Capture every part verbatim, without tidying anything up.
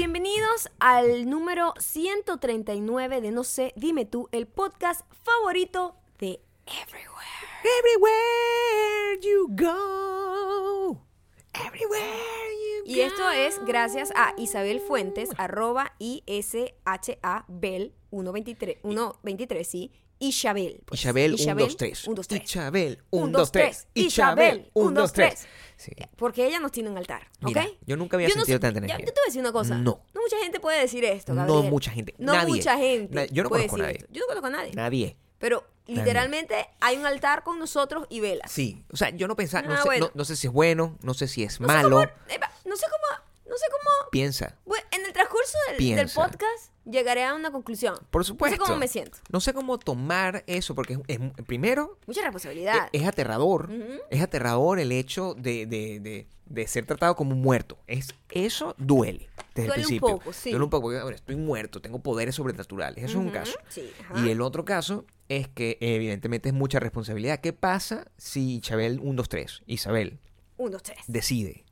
Bienvenidos al número ciento treinta y nueve de No sé, dime tú, el podcast favorito de Everywhere. Everywhere you go. Everywhere you go. Y esto es gracias a Isabel Fuentes, arroba I S H A Bel ciento veintitrés, ciento veintitrés, sí. Isabel. Pues. Isabel, Isabel, uno, dos, tres. uno, dos, tres. Isabel, uno, uno, dos, dos, tres. Isabel, uno, dos, tres. Sí. Porque ella nos tiene un altar, ¿ok? Mira, yo nunca había Yo no sentido sé- tanta ya, energía. Yo te voy a decir una cosa. No. No mucha gente puede decir esto, Gabriel. No mucha gente. No Nadie. mucha gente. Na- yo no puede conozco a decir nadie. esto. Yo no conozco a nadie. Nadie. Pero literalmente hay un altar con nosotros y velas. Sí. O sea, yo no pensaba, no, Ah, sé, bueno. no, no sé si es bueno, no sé si es No sé malo. cómo- epa, no sé cómo, no sé cómo. Piensa. Bueno, en el transcurso del, del Piensa. podcast llegaré a una conclusión. Por supuesto. No sé cómo me siento. No sé cómo tomar eso, porque es, es- primero, Mucha es, responsabilidad. es aterrador. Ujú. Es aterrador el hecho de, de, de, de ser tratado como un muerto. Es, eso duele desde Duele un el principio. poco, sí. Duele un poco, porque bueno, estoy muerto, tengo poderes sobrenaturales. Eso es un Ujú, caso. Sí, ajá. Y el otro caso es que evidentemente es mucha responsabilidad. ¿Qué pasa si Isabel uno, dos, tres, Isabel, Un, dos, tres. decide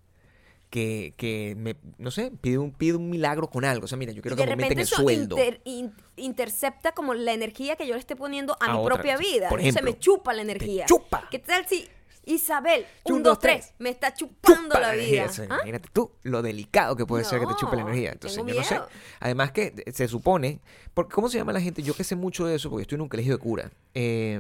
que, que me, no sé, pide un, pide un milagro con algo? O sea, mira, yo quiero Y de que me aumenten repente el eso sueldo. inter- in- intercepta como la energía que yo le esté poniendo a, A mi otra, propia sí. vida. Por Entonces ejemplo, me chupa la energía. chupa. ¿Qué tal si Isabel, Un, un, dos, dos, tres, tres. me está chupando Chupa la vida? energía. ¿Ah? Imagínate tú lo delicado que puede ser que te chupe la No, energía. Entonces, tengo yo no sé. miedo. Además que se supone, porque ¿cómo se llama la gente? Yo que sé mucho de eso, porque estoy en un colegio de cura. Eh,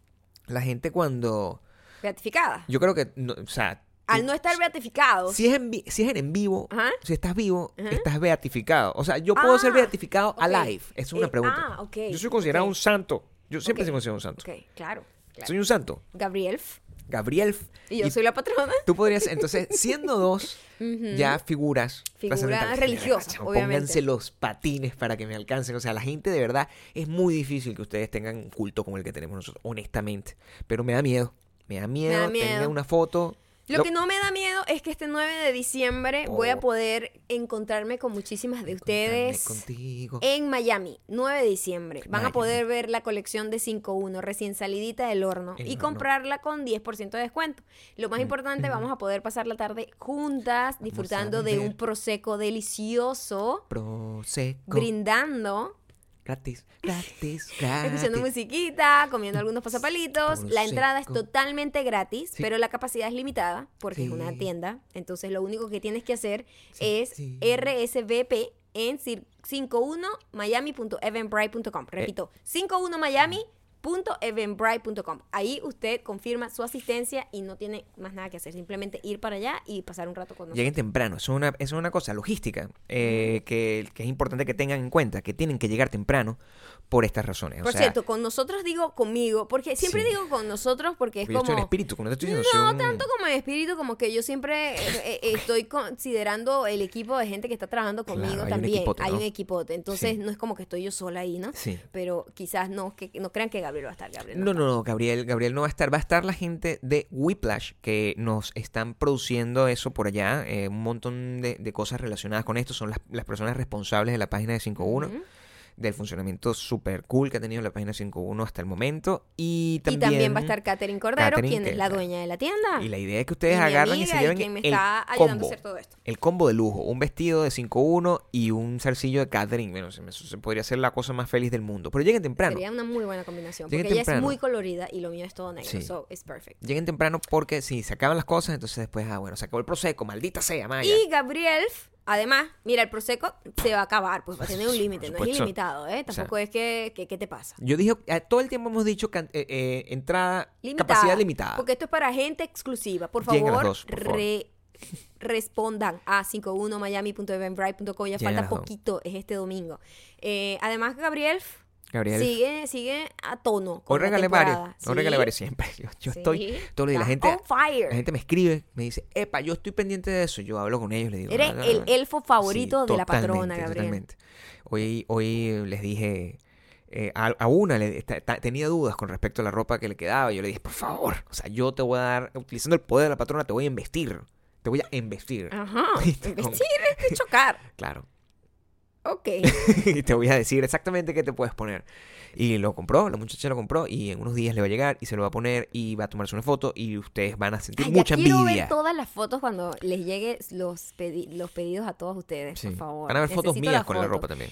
la gente cuando, Beatificada. yo creo que, no, o sea, Al no estar beatificados. si es en, vi- si es en, en vivo, Ajá. si estás vivo, Ajá. estás beatificado. O sea, yo puedo Ah, ser beatificado ok. alive. Esa es una Eh, pregunta. ah, ok, Yo soy considerado ok. un santo. Yo siempre Ok. soy considerado un santo. Ok, claro. claro. Soy un santo. Gabriel. Gabriel. Y yo soy la patrona. Tú podrías, entonces, siendo dos, ya figuras. Figuras trascendentales. religiosas, Chamo, obviamente. Pónganse los patines para que me alcancen. O sea, la gente de verdad, es muy difícil que ustedes tengan un culto como el que tenemos nosotros, honestamente. Pero me da miedo. Me da miedo, da miedo. tener una foto. Lo Lo- que no me da miedo es que este nueve de diciembre voy a Oh. poder encontrarme con muchísimas de ustedes Contarme contigo. en Miami, nueve de diciembre. Van Miami. a poder ver la colección de cinco uno recién salidita del horno El y horno. comprarla con diez por ciento de descuento. Lo más importante, vamos a poder pasar la tarde juntas, disfrutando de beber. un prosecco delicioso, Prosecco. brindando, Gratis, gratis, gratis. escuchando musiquita, comiendo algunos pasapalitos. La entrada es Prosecco. totalmente gratis, Sí. pero la capacidad es limitada porque es una Sí. tienda. Entonces lo único que tienes que hacer Sí, es sí. R S V P en cincuenta y uno miami punto eventbrite punto com. Repito, cincuenta y uno miami punto eventbrite punto com. Ahí usted confirma su asistencia y no tiene más nada que hacer. Simplemente ir para allá y pasar un rato con nosotros. Lleguen temprano. Eso es una, eso es una cosa logística eh, que, que es importante que tengan en cuenta, que tienen que llegar temprano por estas razones. O Por sea, cierto, con nosotros digo conmigo, porque siempre Sí. digo con nosotros porque es yo estoy en como... espíritu, como no te estoy diciendo, No soy un- tanto como en espíritu, como que yo siempre eh, eh, estoy considerando el equipo de gente que está trabajando Claro, conmigo hay un también. equipote, Hay ¿no? un equipote. Entonces Sí. no es como que estoy yo sola ahí, ¿no? Sí. Pero quizás no, que no crean que Gabriel va a estar. Gabriel No, está. no, no, Gabriel, Gabriel no va a estar. Va a estar la gente de Whiplash, que nos están produciendo eso por allá. eh, un montón de, de cosas relacionadas con esto. Son las, las personas responsables de la página de cincuenta y uno. Ujú. Del funcionamiento súper cool que ha tenido la página cincuenta y uno hasta el momento. Y Y también, también va a estar Catherine Cordero, Catherine, quien que- es la dueña de la tienda. Y la idea es que ustedes Y mi agarran y amiga se y lleven quien me el está ayudando combo. a hacer todo esto. El combo de lujo. Un vestido de cincuenta y uno y un zarcillo de Catherine. Bueno, se, me- se podría ser la cosa más feliz del mundo. Pero lleguen temprano. Sería una muy buena combinación. Lleguen Porque ella es temprano. muy colorida y lo mío es todo negro. Sí. So, it's perfect. Lleguen temprano porque si se acaban las cosas, entonces después, ah, bueno, se acabó el prosecco, maldita sea, Maya. Y Gabriel, además, mira, el Prosecco se va a acabar, pues va a tener un Por límite, no es supuesto. ilimitado, ¿eh? Tampoco es que, que, ¿qué te pasa? Yo dije, eh, todo el tiempo hemos dicho can- eh, eh, entrada, Limitada, capacidad limitada. Porque esto es para gente exclusiva. Por Lleguen a las favor, dos, por favor. re- respondan a cincuenta y uno miami punto eventbrite punto com. Ya Lleguen a falta las dos. poquito, es este domingo. Eh, además, Gabriel, Gabriel, sigue, sigue a tono con hoy la regalé varios, temporada. hoy Sí, regalé varios siempre. Yo, yo sí. estoy todos los días. La Estás gente, on fire. la gente me escribe, me dice, epa, yo estoy pendiente de eso. Yo hablo con ellos, les digo. Eres "No, no, el no". elfo favorito Sí, de la patrona, totalmente, Gabriel. Totalmente. Hoy, hoy les dije, eh, a, a una le, ta- ta- tenía dudas con respecto a la ropa que le quedaba. Yo le dije, por favor, o sea, yo te voy a dar, utilizando el poder de la patrona, te voy a investir. Te voy a embestir. Ajá. ¿Viste? Investir es de chocar. Claro. Ok. Y te voy a decir exactamente qué te puedes poner. Y lo compró, la muchacha lo compró y en unos días le va a llegar y se lo va a poner y va a tomarse una foto y ustedes van a sentir Ay, mucha ya quiero envidia. ver todas las fotos cuando les llegue los, pedi- los pedidos a todos ustedes, Sí. por favor. Van a ver fotos Necesito mías la con la foto. ropa también.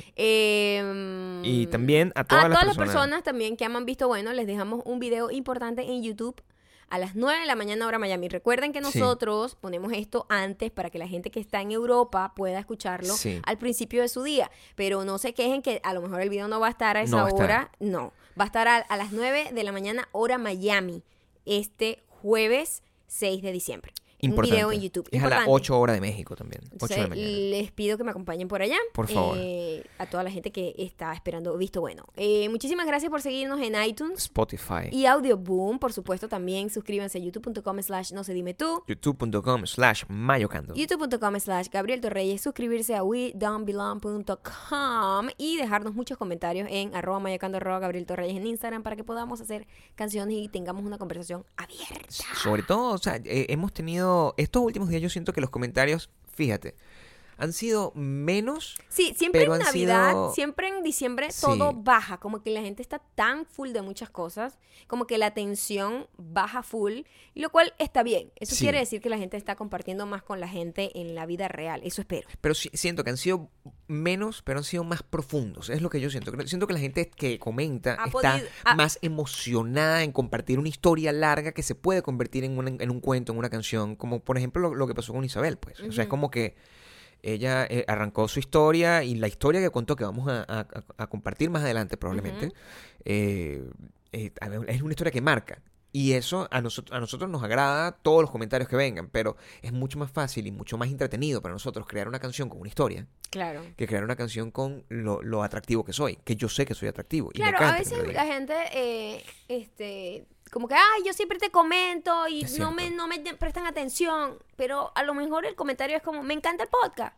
Eh, Y también a todas a las todas personas- las personas también que han visto bueno, les dejamos un video importante en YouTube a las nueve de la mañana hora Miami. Recuerden que Sí. nosotros ponemos esto antes para que la gente que está en Europa pueda escucharlo Sí. al principio de su día. Pero no se quejen que a lo mejor el video no va a estar a esa No va a estar. hora. No, va a estar a, a las nueve de la mañana hora Miami este jueves seis de diciembre. Importante. Un video en YouTube. Es a las Importante. ocho horas de México también. ocho Entonces, de la mañana. les pido que me acompañen por allá. Por favor. Eh, a toda la gente que está esperando visto bueno. Eh, muchísimas gracias por seguirnos en iTunes Spotify. y Audio Boom. Por supuesto, también suscríbanse a youtube.com slash no se dime tú. youtube.com slash mayocando. youtube.com slash Gabriel Torreyes, suscribirse a we don't belong punto com y dejarnos muchos comentarios en arroba mayocando arroba Gabriel Torreyes en Instagram para que podamos hacer canciones y tengamos una conversación abierta. Sobre todo, o sea, eh, hemos tenido estos últimos días, yo siento que los comentarios, fíjate, han sido menos. Sí, siempre Pero en han Navidad, sido- siempre en diciembre Sí. todo baja, como que la gente está tan full de muchas cosas, como que la tensión baja full, lo cual está bien. Eso Sí. quiere decir que la gente está compartiendo más con la gente en la vida real, eso espero. Pero sí- siento que han sido menos, pero han sido más profundos. Es lo que yo siento. Creo- Siento que la gente que comenta Ha está podido- ha- más emocionada en compartir una historia larga que se puede convertir en, un- en un cuento, en una canción. Como por ejemplo lo, lo que pasó con Isabel, pues. O sea, es Ujú. como que ella eh, arrancó su historia y la historia que contó, que vamos a, a- a compartir más adelante probablemente, Ujú. eh, eh, es una historia que marca. Y eso a, nosotros a nosotros nos agrada todos los comentarios que vengan, pero es mucho más fácil y mucho más entretenido para nosotros crear una canción con una historia Claro. que crear una canción con lo, lo atractivo que soy, que yo sé que soy atractivo. Y me Claro, a encanta que veces me lo digan. la gente, eh, este, como que, ay, yo siempre te comento y Es no me, cierto. no me prestan atención, pero a lo mejor el comentario es como, me encanta el podcast.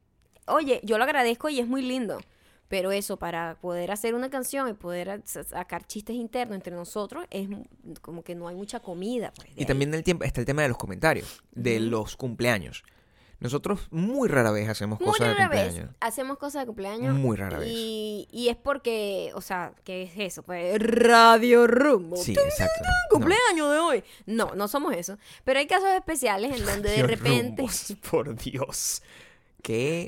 Oye, yo lo agradezco y es muy lindo, pero eso, para poder hacer una canción y poder a- sa- sacar chistes internos entre nosotros, es mu- como que no hay mucha comida. Pues, de Y ahí. también el tiempo, está el tema de los comentarios, de Ujú. los cumpleaños. Nosotros muy rara vez hacemos Muy cosas de rara vez cumpleaños. hacemos cosas de cumpleaños. Muy rara vez. Y, y es porque, o sea, ¿qué es eso? Pues Radio Rumbo. Sí, exacto. No. Cumpleaños de hoy. No, no somos eso. Pero hay casos especiales en donde de Dios, repente. rumbos, por Dios. Qué...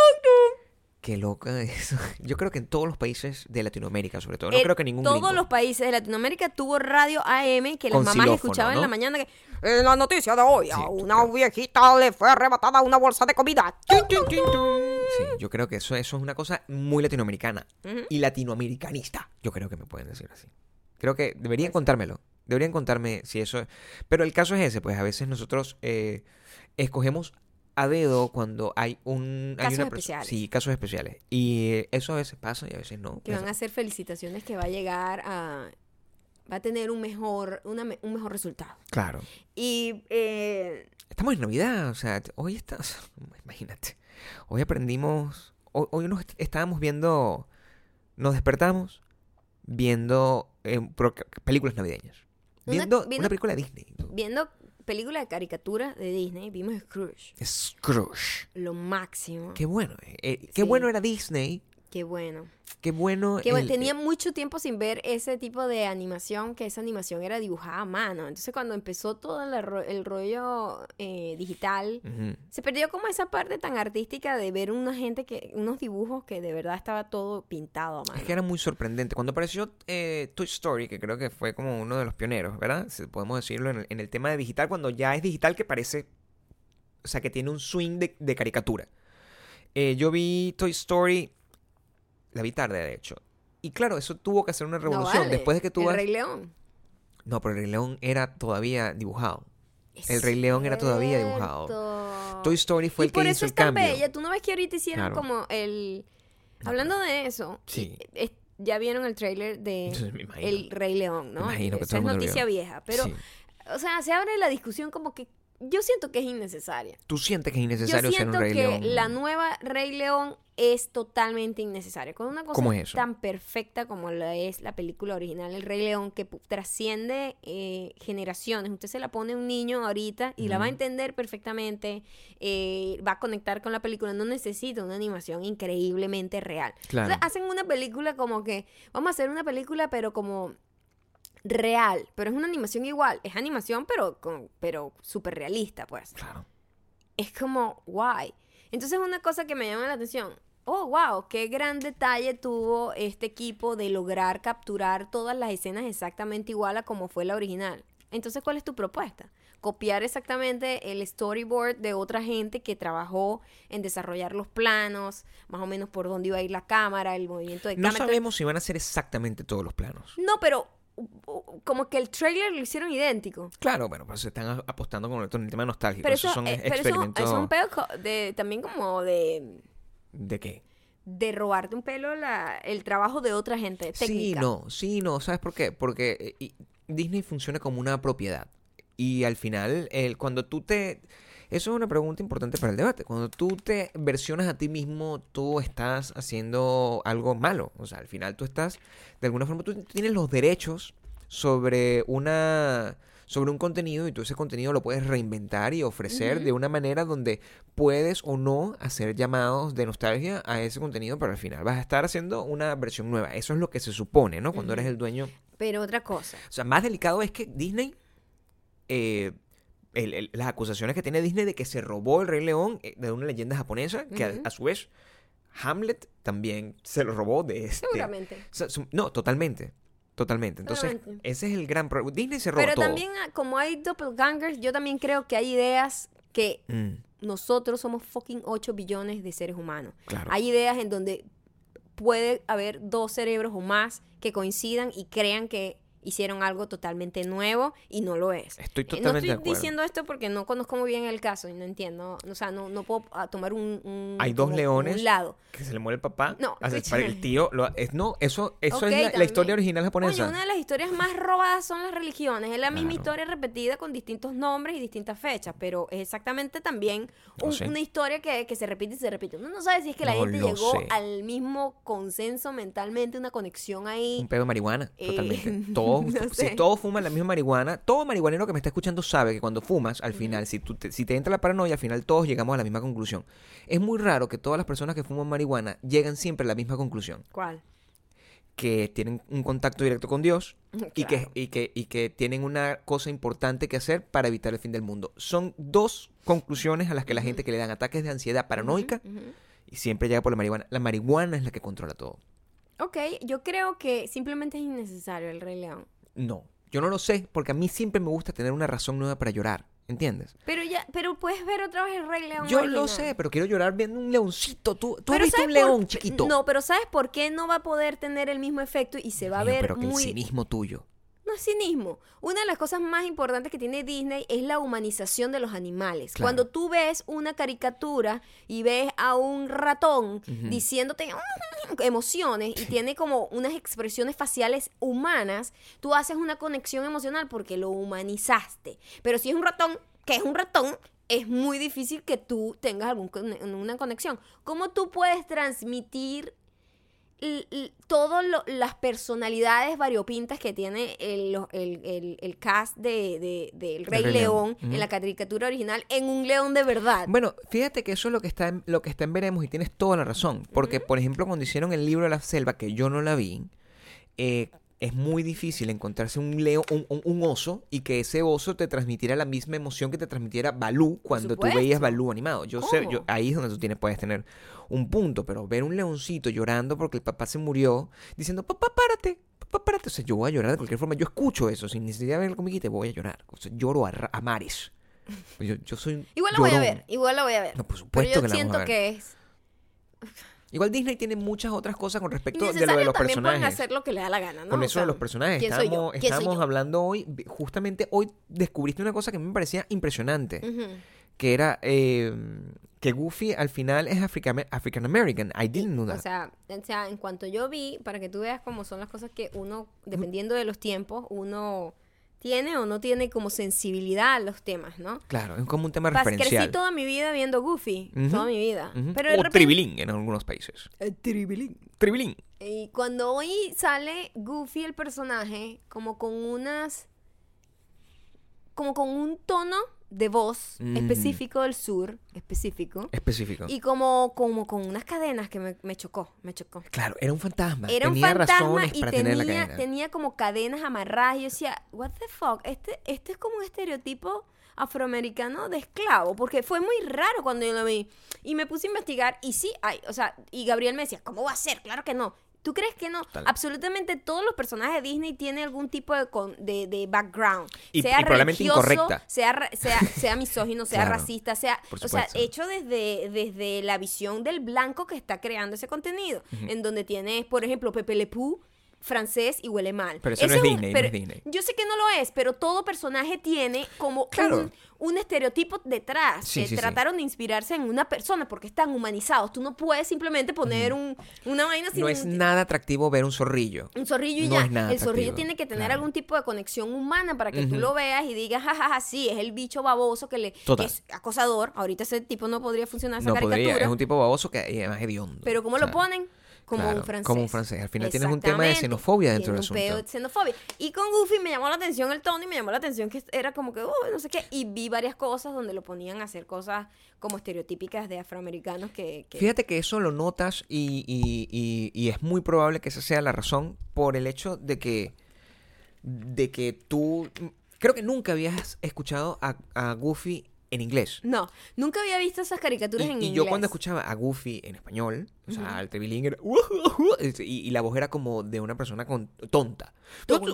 Qué loca eso. Yo creo que en todos los países de Latinoamérica, sobre todo. No Eh, creo que ningún todos gringo. los países de Latinoamérica tuvo radio A M que las Con mamás xilófono, escuchaban ¿no? en la mañana. Que, en la noticia de hoy, Sí, a tú una claro. viejita le fue arrebatada una bolsa de comida. Tun, tun, tun, tun. Sí, yo creo que eso, eso es una cosa muy latinoamericana Ujú. y latinoamericanista. Yo creo que me pueden decir así. Creo que deberían contármelo. Deberían contarme si eso... Pero el caso es ese, pues a veces nosotros eh, escogemos a dedo cuando hay un... hay Casos una perso- especiales. Sí, casos especiales. Y eh, eso a veces pasa y a veces no. Que van a hacer felicitaciones que va a llegar a. Va a tener un mejor, una me- un mejor resultado. Claro. Y. Eh, Estamos en Navidad, o sea, t- hoy estás... Imagínate. Hoy aprendimos... Hoy, hoy nos est- estábamos viendo... Nos despertamos viendo eh, pro- películas navideñas. Una- Viendo una, viendo- película de Disney. viendo películas de caricatura de Disney, vimos Scrooge. Scrooge. Lo máximo. Qué bueno. eh, eh, qué Sí. bueno era Disney. Qué bueno. Qué bueno. Que bueno, el- tenía mucho tiempo sin ver ese tipo de animación, que esa animación era dibujada a mano. Entonces cuando empezó todo el, ro- el rollo eh, digital, Ujú. se perdió como esa parte tan artística de ver una gente que, unos dibujos que de verdad estaba todo pintado a mano. Es que era muy sorprendente. Cuando apareció eh, Toy Story, que creo que fue como uno de los pioneros, ¿verdad? Si podemos decirlo en el, en el tema de digital, cuando ya es digital que parece, o sea, que tiene un swing de, de caricatura. Eh, yo vi Toy Story, la vi tarde, de hecho. Y claro, eso tuvo que hacer una No revolución. vale. Después de que tú El vas... Rey León. No, pero el Rey León era todavía dibujado. El Rey León era todavía dibujado. Cierto. Toy Story fue y el por que eso hizo el es tan cambio. bella. Tú no ves que ahorita hicieron Claro. como el... Hablando de eso, Sí. y- es- ya vieron el tráiler de Entonces, me imagino. El Rey León, ¿no? Me imagino que Esa todo el es mundo lo noticia vio. vieja, pero, Sí. o sea, se abre la discusión como que yo siento que es innecesaria. ¿Tú sientes que es innecesario Yo ser un siento Rey que León? la nueva Rey León es totalmente innecesaria. Con una cosa ¿Cómo es eso? tan perfecta como la es la película original El Rey León, que pu- trasciende eh, generaciones. Usted se la pone a un niño ahorita y la va a Ujú. entender perfectamente, eh, va a conectar con la película. No necesita una animación increíblemente real. Claro. Entonces, hacen una película como que, vamos a hacer una película pero como real, pero es una animación igual. Es animación pero, con, pero súper realista, pues. Claro. Es como, guay. Entonces una cosa que me llama la atención, oh, wow, qué gran detalle tuvo este equipo de lograr capturar todas las escenas exactamente igual a como fue la original. Entonces, ¿cuál es tu propuesta? Copiar exactamente el storyboard de otra gente que trabajó en desarrollar los planos, más o menos por dónde iba a ir la cámara, el movimiento de No cámara. sabemos si van a ser exactamente todos los planos. No, pero uh, uh, como que el trailer lo hicieron idéntico. Claro, bueno, pues se están a- apostando con el, el tema nostálgico. Pero Esos eso, son eh, pero eso experimentos... es un pedo co- de, también como de... ¿De qué? de robarte un pelo la, el trabajo de otra gente técnica. Sí, no, sí, no. ¿Sabes por qué? Porque eh, y- Disney funciona como una propiedad. Y al final, el, cuando tú te... Eso es una pregunta importante para el debate. Cuando tú te versionas a ti mismo, tú estás haciendo algo malo. O sea, al final tú estás... De alguna forma, tú tienes los derechos sobre una... sobre un contenido y tú ese contenido lo puedes reinventar y ofrecer Ujú. de una manera donde puedes o no hacer llamados de nostalgia a ese contenido, pero al final vas a estar haciendo una versión nueva. Eso es lo que se supone, ¿no? Cuando Ujú. eres el dueño. Pero otra cosa. O sea, más delicado es que Disney, eh, el- el- las acusaciones que tiene Disney de que se robó el Rey León eh, de una leyenda japonesa, que a- Ujú. a, su vez Hamlet también se lo robó de este. Seguramente. O sea, su- no, totalmente. Totalmente. Entonces, Totalmente. ese es el gran problema. Disney se roba Pero todo. también, ah, como hay doppelgangers, yo también creo que hay ideas que Mm, nosotros somos fucking ocho billones de seres humanos. claro. Hay ideas en donde puede haber dos cerebros o más que coincidan y crean que hicieron algo totalmente nuevo y no lo es. Estoy Eh, no totalmente estoy de acuerdo. diciendo esto porque no conozco muy bien el caso y no entiendo. O sea, no, no puedo ah, tomar un, un- Hay dos como leones. un lado. Que se le muere el papá. No, hace- estoy para el chévere. tío. Lo, es, no, eso, eso Ok, es la, la también. historia original japonesa. Oye, una de las historias más robadas son las religiones. Es la misma Claro. historia repetida con distintos nombres y distintas fechas, pero es exactamente también Lo un- sé. una historia que, que se repite y se repite. Uno no sabe si es que la No, gente lo llegó sé. al mismo consenso mentalmente, una conexión ahí. Un pedo de marihuana, Eh, totalmente. Todos, no si sé. todos fuman la misma marihuana, todo marihuanero que me está escuchando sabe que cuando fumas, al final, si, tú te, si te entra la paranoia, al final todos llegamos a la misma conclusión. Es muy raro que todas las personas que fuman marihuana llegan siempre a la misma conclusión. ¿Cuál? Que tienen un contacto directo con Dios y, que, Claro. y, que, y que tienen una cosa importante que hacer para evitar el fin del mundo. Son dos conclusiones a las que la gente que le dan ataques de ansiedad paranoica Ujú, ujú. y siempre llega por la marihuana. La marihuana es la que controla todo. Ok, yo creo que simplemente es innecesario el Rey León. No, yo no lo sé, porque a mí siempre me gusta tener una razón nueva para llorar, ¿entiendes? Pero ya, pero puedes ver otra vez el Rey León. Yo original. lo sé, pero quiero llorar viendo un leoncito. ¿Tú, tú has Pero visto ¿sabes un por- león chiquito? No, pero ¿sabes por qué no va a poder tener el mismo efecto y se va a Mío, ver pero que muy... el cinismo tuyo. No es cinismo. Una de las cosas más importantes que tiene Disney es la humanización de los animales. Claro. Cuando tú ves una caricatura y ves a un ratón Ujú. diciéndote emociones y tiene como unas expresiones faciales humanas, tú haces una conexión emocional porque lo humanizaste. Pero si es un ratón, que es un ratón, es muy difícil que tú tengas alguna conexión. ¿Cómo tú puedes transmitir l- l- todas las personalidades variopintas que tiene el, lo- el- el- el cast de, de- del Rey Rey León. León Ujú. en la caricatura original en un león de verdad? Bueno, fíjate que eso es lo que está en, lo que está en Veremos y tienes toda la razón. Porque, por ejemplo, cuando hicieron el libro de la selva, que yo no la vi, eh, es muy difícil encontrarse un león, un, un- un oso, y que ese oso te transmitiera la misma emoción que te transmitiera Balú cuando tú supuesto. veías Balú animado. Yo sé, ¿Cómo? yo, ahí es donde tú tienes, puedes tener un punto, pero ver un leoncito llorando porque el papá se murió, diciendo, papá, párate, papá, párate. O sea, yo voy a llorar de cualquier forma. Yo escucho eso, sin necesidad de ver el comiquita, voy a llorar. O sea, lloro a, ra- a mares. Yo, yo soy un Igual la voy a llorón. ver, igual la voy a ver. No, por Pero supuesto yo que la vamos siento a ver. que es Igual Disney tiene muchas otras cosas con respecto de lo de innecesario. los También pueden personajes. hacer lo que les da la gana, ¿no? Con O eso sea, de los personajes. ¿quién soy yo? Estábamos, ¿Quién soy estábamos yo? hablando hoy, justamente hoy descubriste una cosa que a mí me parecía impresionante, Ujú. que era eh, que Goofy al final es Africa- African American. I didn't know that. O sea, o sea, en cuanto yo vi, para que tú veas cómo son las cosas que uno, dependiendo de los tiempos, uno tiene o no tiene como sensibilidad a los temas, ¿no? Claro, es como un tema Pas- referencial. Crecí toda mi vida viendo Goofy, Ujú, toda mi vida. ujú. Pero de O repente- Tribilín en algunos países. Eh, Tribilín. Tribilín. Y cuando hoy sale Goofy el personaje, como con unas... como con un tono de voz Ujú. específico del sur, específico, Específico. y como, como con unas cadenas que me, me chocó, me chocó. Claro, era un fantasma. Era un Tenía fantasma razones y para tener la tenía, cadena. tenía como cadenas amarradas. Y yo decía, what the fuck, este, este es como un estereotipo afroamericano de esclavo, porque fue muy raro cuando yo lo vi. Y me puse a investigar y sí hay, o sea, y Gabriel me decía, ¿cómo va a ser? Claro que no. ¿Tú crees que no? Total. Absolutamente todos los personajes de Disney tienen algún tipo de, con- de, de background. Y- sea y probablemente religioso, incorrecta. Sea, ra- sea, sea misógino, sea Claro, racista, sea... por O sea, supuesto. hecho desde, desde la visión del blanco que está creando ese contenido. En donde tienes, por ejemplo, Pepe Le Pew, francés y huele mal. Pero eso no Ese es un- Disney, no pero es Disney. Yo sé que no lo es, pero todo personaje tiene como Claro. un, un estereotipo detrás. Sí, que sí, sí. trataron de inspirarse en una persona porque están humanizados. Tú no puedes simplemente poner un, una vaina sin No es nada atractivo ver un zorrillo. un zorrillo y No ya. es nada El zorrillo atractivo, tiene que tener claro. algún tipo de conexión humana para que tú Ujú. lo veas y digas, jajaja, sí, es el bicho baboso que le que Total. es acosador. Ahorita ese tipo no podría funcionar esa No caricatura. podría. Es un tipo baboso que además es hediondo. Pero ¿cómo O sea, lo ponen? Como claro, un francés. como un francés. Al final tienes un tema de Exactamente. xenofobia dentro Tiene del un pedo asunto. de xenofobia. Y con Goofy me llamó la atención el tono y me llamó la atención que era como que, oh, no sé qué. Y vi varias cosas donde lo ponían a hacer cosas como estereotípicas de afroamericanos que... que- Fíjate que eso lo notas y, y- y- y es muy probable que esa sea la razón por el hecho de que, de que tú... Creo que nunca habías escuchado a, a Goofy en inglés. No, nunca había visto esas caricaturas Y, en y inglés. yo cuando escuchaba a Goofy en español, o sea, Ujú. al Tribilín era... Y, y la voz era como de una persona con, tonta. ¿Tonta?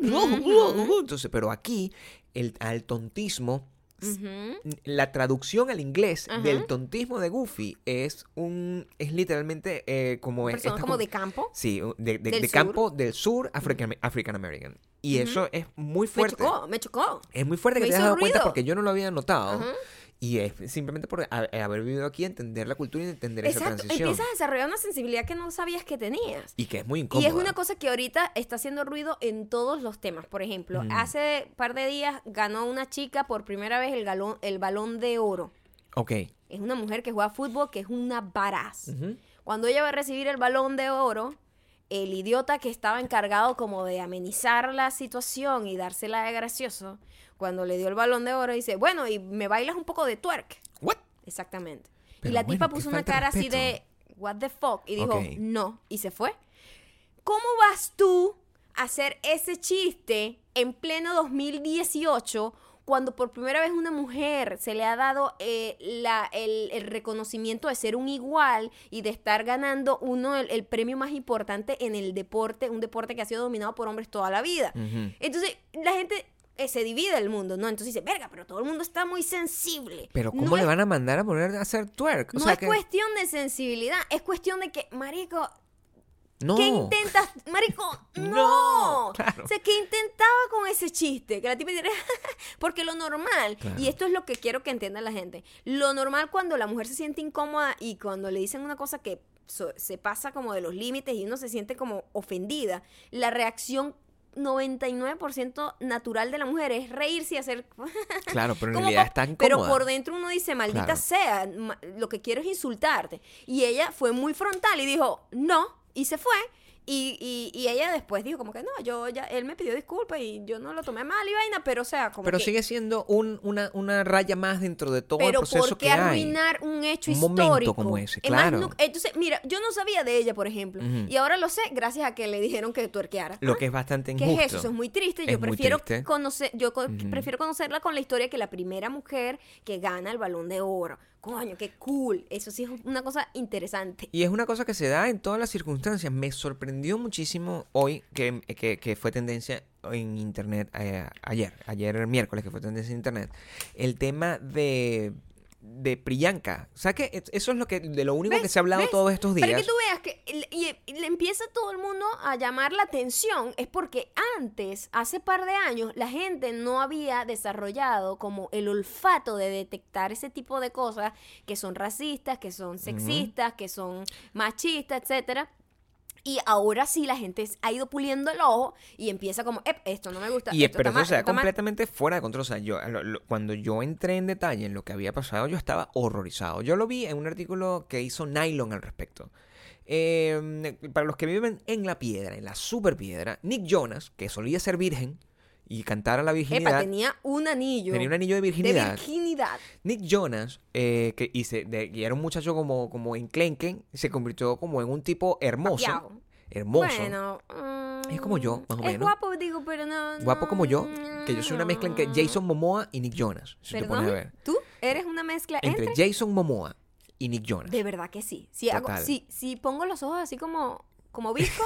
Ujú. Entonces, pero aquí, el, al tontismo... Ujú. La traducción al inglés Ajá. del tontismo de Goofy es un es literalmente eh, como Una es- persona esta como como- de campo. sí, de, de- del de sur. campo del sur African, African American, y Ujú. eso es muy Me fuerte. chocó, me chocó. Es muy fuerte que Me te has hizo dado cuenta ruido. porque yo no lo había notado. Ajá. Y es simplemente por ha- haber vivido aquí, entender la cultura y entender esa Exacto, transición. empiezas a desarrollar una sensibilidad que no sabías que tenías. Y que es muy incómoda. Y es una cosa que ahorita está haciendo ruido en todos los temas. Por ejemplo, Mm. hace par de días ganó una chica por primera vez el, galón, el balón de oro. Ok. Es una mujer que juega fútbol, que es una varaz. Ujú. Cuando ella va a recibir el balón de oro, el idiota que estaba encargado como de amenizar la situación y dársela de gracioso, cuando le dio el balón de oro, dice, bueno, y me bailas un poco de twerk. What? Exactamente. Pero y la bueno, tipa qué puso una falta de cara así respeto. de, what the fuck, y dijo, Ok. no, y se fue. ¿Cómo vas tú a hacer ese chiste en pleno dos mil dieciocho cuando por primera vez una mujer se le ha dado eh, la, el, el reconocimiento de ser un igual y de estar ganando uno el, el premio más importante en el deporte, un deporte que ha sido dominado por hombres toda la vida? Ujú. Entonces, la gente eh, se divide el mundo, ¿no? Entonces dice, verga, pero todo el mundo está muy sensible. Pero ¿cómo No le es- van a mandar a poner a hacer twerk? O no sea es que... cuestión de sensibilidad, es cuestión de que, marico, No. ¿qué intentas? Marico, no. No, claro. O sea, ¿qué intentaba con ese chiste? Que la tipa diría, porque lo normal, Claro. y esto es lo que quiero que entienda la gente, lo normal cuando la mujer se siente incómoda y cuando le dicen una cosa que so- se pasa como de los límites y uno se siente como ofendida, la reacción noventa y nueve por ciento natural de la mujer es reírse y hacer... Claro, pero en Como realidad po- está incómoda. Pero por dentro uno dice, maldita Claro. sea, ma- lo que quiero es insultarte. Y ella fue muy frontal y dijo, no, y se fue. Y, y, y ella después dijo como que no, yo ya, él me pidió disculpas y yo no lo tomé mal y vaina, pero o sea, como Pero que... sigue siendo un- una, una raya más dentro de todo el Pero proceso ¿por qué que hay. arruinar un hecho Un momento histórico? como ese, Es más, claro. nu- entonces, mira, yo no sabía de ella, por ejemplo, Ujú. y ahora lo sé gracias a que le dijeron que tuerqueara. Lo Ah, que es bastante ¿qué injusto. es eso? Eso es muy triste. Es Yo muy prefiero triste. conocer, yo co- Ujú. prefiero conocerla con la historia que la primera mujer que gana el Balón de Oro. Coño, qué cool. Eso sí es una cosa interesante. Y es una cosa que se da en todas las circunstancias. Me sorprendió muchísimo hoy que, que, que fue tendencia en internet, eh, ayer, ayer miércoles que fue tendencia en internet, el tema de, de Priyanka. O sea que eso es lo que, de lo único ¿Ves? que se ha hablado ¿Ves? todos estos días. Para que tú veas que y, y- y le empieza todo el mundo a llamar la atención es porque antes, hace par de años, la gente no había desarrollado como el olfato de detectar ese tipo de cosas que son racistas, que son sexistas, que son machistas, etcétera. Y ahora sí la gente ha ido puliendo el ojo y empieza como, "Ep, esto no me gusta, Y esto pero está mal, eso se da esto está mal". completamente fuera de control. O sea, yo, lo- lo- cuando yo entré en detalle en lo que había pasado, yo estaba horrorizado. Yo lo vi en un artículo que hizo Nylon al respecto. Eh, para los que viven en la piedra, en la super piedra, Nick Jonas, que solía ser virgen y cantar a la Epa, virginidad, tenía un anillo. tenía un anillo de de virginidad. virginidad. Nick Jonas, eh, que y, se- de- y era un muchacho como, como enclenque, se convirtió como en un tipo hermoso. Papiao. Hermoso. Bueno. mm, Es como yo, más o es menos. guapo, digo, pero no. Guapo no, como yo, que yo soy una mezcla entre Jason Momoa y Nick Jonas, si te pones a ¿Perdón? ver. ¿Tú eres una mezcla entre? Entre Jason Momoa y Nick Jonas. De verdad que sí. Si, hago, Total. si, si pongo los ojos así como, como visco,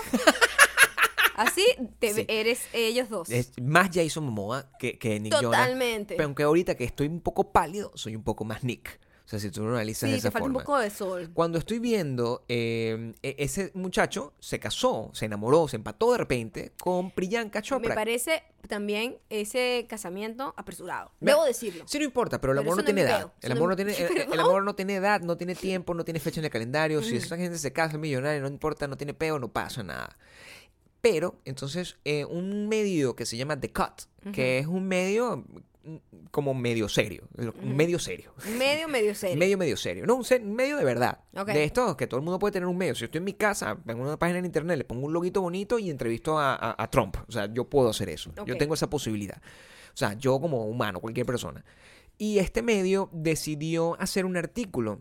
así te, Sí. eres ellos dos. Es más Jason Momoa que, que Nick Jonas. Totalmente. Pero aunque ahorita que estoy un poco pálido, soy un poco más Nick. O sea, si tú lo analizas Sí, de esa te falta forma. un poco de sol. Cuando estoy viendo, eh, e- ese muchacho se casó, se enamoró, se empató de repente con Priyanka Chopra. Me parece también ese casamiento apresurado. Me- Debo decirlo. Sí, no importa, pero el Pero amor no eso no tiene es mi edad. peo. El Eso amor no no es- tiene, el, el ¿Perdón? amor no tiene edad, no tiene tiempo, no tiene fecha en el calendario. Si esa gente se casa, es millonaria, no importa, no tiene peo, no pasa nada. Pero, entonces, eh, un medio que se llama The Cut, que es un medio mm, como medio serio, un medio serio. Medio, medio serio. Medio, medio serio. No, un, ser- un medio de verdad. Ok. De estos que todo el mundo puede tener un medio. Si yo estoy en mi casa, en una página en internet, le pongo un loguito bonito y entrevisto a, a- a Trump. O sea, yo puedo hacer eso. Yo Ok. tengo esa posibilidad. O sea, yo como humano, cualquier persona. Y este medio decidió hacer un artículo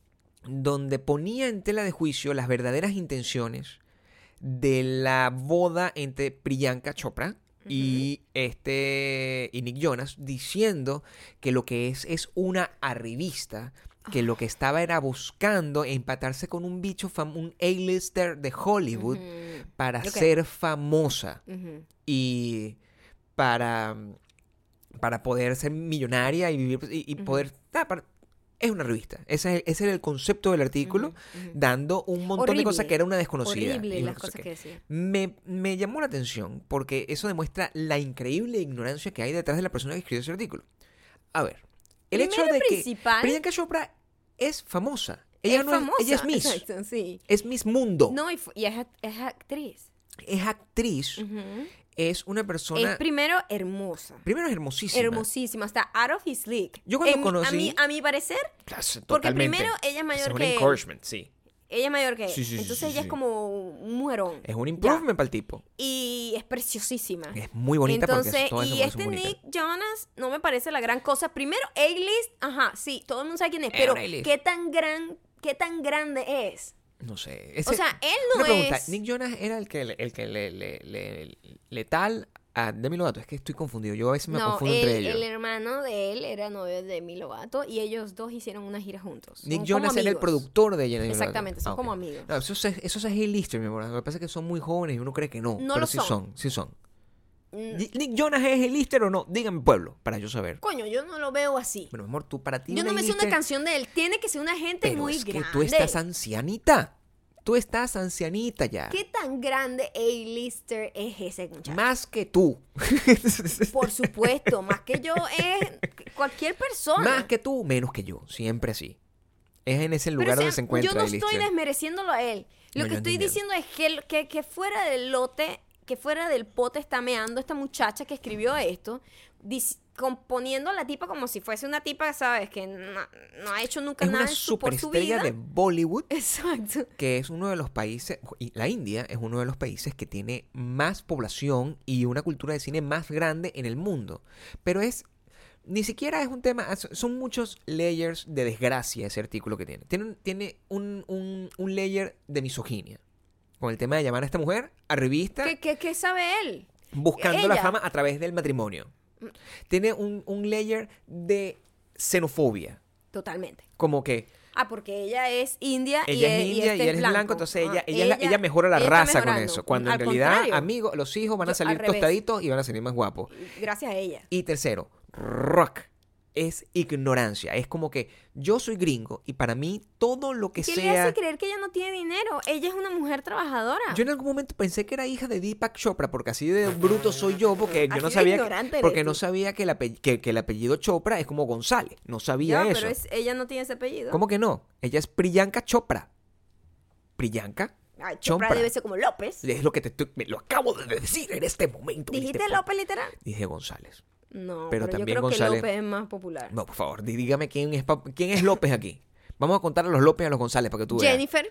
donde ponía en tela de juicio las verdaderas intenciones de la boda entre Priyanka Chopra y este y Nick Jonas, diciendo que lo que es es una arribista, que lo que estaba era buscando empatarse con un bicho fam- un A-lister de Hollywood Ujú. para Ok. ser famosa Ujú. y para para poder ser millonaria y vivir y, y poder ah, para- es una revista. Ese, es- ese era el concepto del artículo, Ujú, ujú. dando un montón de Horrible. cosas que era una desconocida. Horrible y una las cosa cosas que decía. me, me llamó la atención porque eso demuestra la increíble ignorancia que hay detrás de la persona que escribió ese artículo. A ver, el hecho Primero de que principal- Priyanka Chopra es famosa. Ella es no famosa. es, ella es Miss. Exacto, sí. Es Miss Mundo. No, y, fu- y es, act- es actriz. Es actriz. Ujú. Es una persona. Es primero hermosa. primero es hermosísima. Hermosísima. Está out of his league. Yo cuando En- conocí- A mi, a mi parecer, Claro, porque totalmente. primero ella es mayor es un que él. encouragement, sí. ella es mayor que él. Sí, sí, sí, Entonces sí, ella sí. es como un mujerón. Es un Ya. improvement para el tipo. Y es preciosísima. Es muy bonita Entonces, porque todas esas y mujeres son este bonitas. Nick Jonas no me parece la gran cosa. Primero, A-list, ajá, sí, todo el mundo sabe quién es, Es pero un A-list. ¿qué tan gran, qué tan grande es? No sé. O sea, él no Una pregunta. es... Nick Jonas era el que, el que le, le, le- letal a Demi Lovato. Es que estoy confundido. Yo a veces me no, confundo él- entre ellos. el hermano de él era novio de Demi Lovato y ellos dos hicieron una gira juntos. Son Nick como Jonas era el amigos. productor de Demi Lovato. Exactamente, son Ah, ok. como amigos. No, eso es, eso es A-lister, mi amor. Lo que pasa es que son muy jóvenes y uno cree que no. No pero lo sí son. son. Sí son. Mm, ¿Nick Jonas es A-lister o no? Dígame, pueblo, para yo saber. Coño, yo no lo veo así. Bueno, mi amor, tú para ti Yo un no me sé una A-lister- canción de él. Tiene que ser una gente Pero muy es que grande. tú estás ancianita. Tú estás ancianita ya. ¿Qué tan grande A-lister es ese muchacho? Más que tú. Por supuesto, más que yo es cualquier persona. Más que tú, menos que yo. Siempre así. Es en ese Pero, lugar o sea, donde se encuentra yo no el estoy lister. desmereciéndolo a él. Lo No, que yo estoy entiendo. diciendo es que, el- que, que fuera del lote, que fuera del pote está meando esta muchacha que escribió esto, dis- componiendo a la tipa como si fuese una tipa, ¿sabes? Que no, no ha hecho nunca Es nada una en su, por su superestrella vida. de Bollywood, Exacto. que es uno de los países, y la India es uno de los países que tiene más población y una cultura de cine más grande en el mundo. Pero es, ni siquiera es un tema, son muchos layers de desgracia ese artículo que tiene. Tiene, un- tiene un, un, un layer de misoginia, con el tema de llamar a esta mujer a revista, ¿Qué, qué, qué sabe él? buscando la ella? fama a través del matrimonio. Tiene un, un layer de xenofobia, Totalmente. como que Ah, porque ella es india y, ella es él- y india y, este él es es blanco. blanco, entonces ella, Ah, ella, la- ella mejora la ella está raza con mejorando. eso, cuando Al en realidad, contrario. amigos, los hijos van a Yo- salir al revés. tostaditos y van a salir más guapos. Gracias a ella. Y tercero, rock es ignorancia, es como que yo soy gringo y para mí todo lo que ¿Qué le sea... hace creer que ella no tiene dinero? Ella es una mujer trabajadora. Yo en algún momento pensé que era hija de Deepak Chopra, porque así de bruto soy yo, porque yo Así no de sabía, ignorante que, eres porque tú. no sabía que el, ape- que, que el apellido Chopra es como González, no sabía Ya, eso. pero es- ella no tiene ese apellido. ¿Cómo que no? Ella es Priyanka Chopra. Priyanka Ay, Chopra, Chopra. debe ser como López. Es lo que te estoy- me lo acabo de decir en este momento. en ¿Dijiste este López literal? po- Dije González. No, Pero pero, también yo creo González- que López es más popular. No, por favor, dí- dígame quién es, pa- quién es López aquí. Vamos a contar a los López y a los González para que tú veas. Jennifer.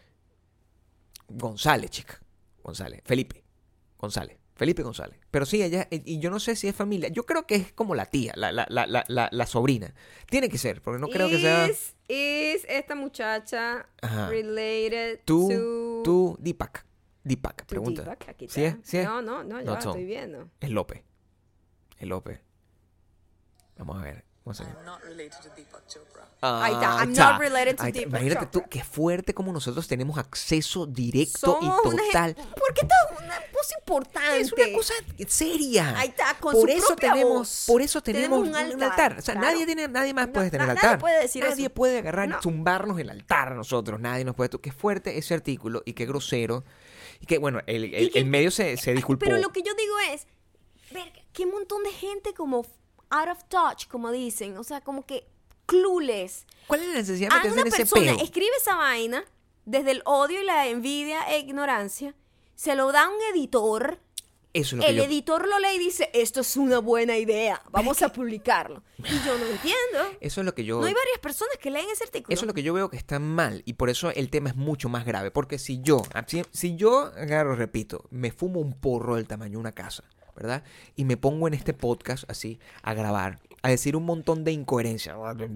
González, chica. González. Felipe. González. Felipe González. Pero sí, ella, y yo no sé si es familia. Yo creo que es como la tía, la, la, la, la, la, la sobrina. Tiene que ser, porque no creo que sea. Is, is esta muchacha Ajá. related Tú, to... tú, Deepak. Deepak, to pregunta. Deepak? Aquí ¿Sí es? está. ¿Sí es? No, no, no, ya No va, son. estoy viendo. Es López. Es López. Vamos a ver. Vamos a ver. I'm not related to Deepak Chopra. Ahí está. Ah, I'm está. not related to Ahí está. Deepak Imagínate tú, Chopra. qué fuerte como nosotros tenemos acceso directo Somos y una total. gen- ¿Por qué esto es una cosa importante? Es una cosa seria. Ahí está, con por su eso propia tenemos, voz. por eso tenemos, Tenemos un altar, O sea, claro. nadie tiene, nadie más No, puede tener na- altar. nadie puede decir Nadie eso. puede agarrar y No. tumbarnos el altar a nosotros. Nadie nos puede. Qué fuerte ese artículo y qué grosero. Y que bueno, el, el, Y que- el medio se, se disculpó. Pero lo que yo digo es, verga, que un montón de gente como out of touch, como dicen, o sea, como que clueless. ¿Cuál es la necesidad de A meterse una en ese persona peo? escribe esa vaina desde el odio y la envidia e ignorancia, se lo da a un editor, Eso es lo que el yo. editor lo lee y dice, esto es una buena idea, vamos a publicarlo. Y yo no entiendo. Eso es lo que yo. No hay varias personas que leen ese artículo. Eso es lo que yo veo que está mal y por eso el tema es mucho más grave. Porque si yo, si, si yo agarro, repito, me fumo un porro del tamaño de una casa, ¿verdad? Y me pongo en este podcast así a grabar, a decir un montón de incoherencias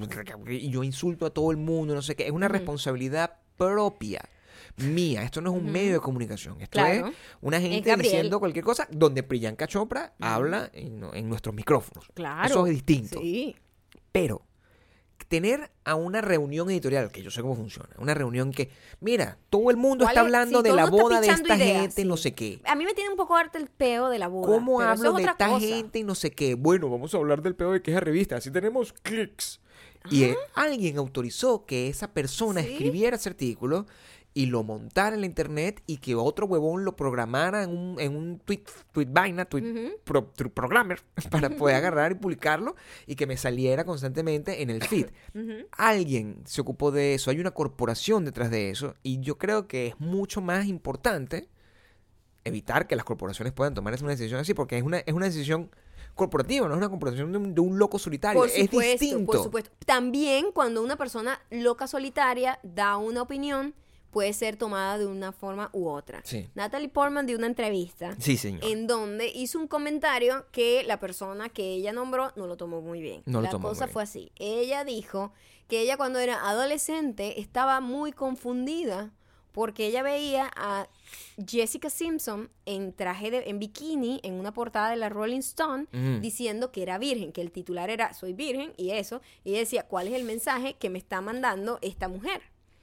y yo insulto a todo el mundo, no sé qué, es una responsabilidad propia. Mía, esto no es un medio de comunicación, esto Claro. es una gente Gabriel. diciendo cualquier cosa donde Priyanka Chopra habla en, en nuestros micrófonos. Claro. Eso es distinto. Sí. Pero tener a una reunión editorial, que yo sé cómo funciona, una reunión que, mira, todo el mundo ¿Cuál está es? hablando Sí, de todo la el mundo está boda de pichando esta ideas, gente, sí. no sé qué. A mí me tiene un poco harto el peo de la boda. ¿Cómo pero eso hablo es de otra esta cosa. gente y no sé qué? Bueno, vamos a hablar del peo de que es revista, así tenemos clics. Y eh, alguien autorizó que esa persona ¿Sí? escribiera ese artículo y lo montara en la internet y que otro huevón lo programara en un, en un tweet, tweet vaina, tweet pro- tru- programmer, para poder agarrar y publicarlo y que me saliera constantemente en el feed. Alguien se ocupó de eso, hay una corporación detrás de eso y yo creo que es mucho más importante evitar que las corporaciones puedan tomar una decisión así porque es una, es una decisión corporativa, no es una corporación de un, de un loco solitario, Por es supuesto, distinto. por supuesto. También cuando una persona loca solitaria da una opinión, puede ser tomada de una forma u otra. Sí. Natalie Portman dio una entrevista Sí, señor. en donde hizo un comentario que la persona que ella nombró no lo tomó muy bien. No lo la tomó cosa muy bien. fue así. Ella dijo que ella cuando era adolescente estaba muy confundida porque ella veía a Jessica Simpson en traje de, en bikini en una portada de la Rolling Stone Mm. diciendo que era virgen, que el titular era soy virgen y eso, y ella decía, ¿cuál es el mensaje que me está mandando esta mujer?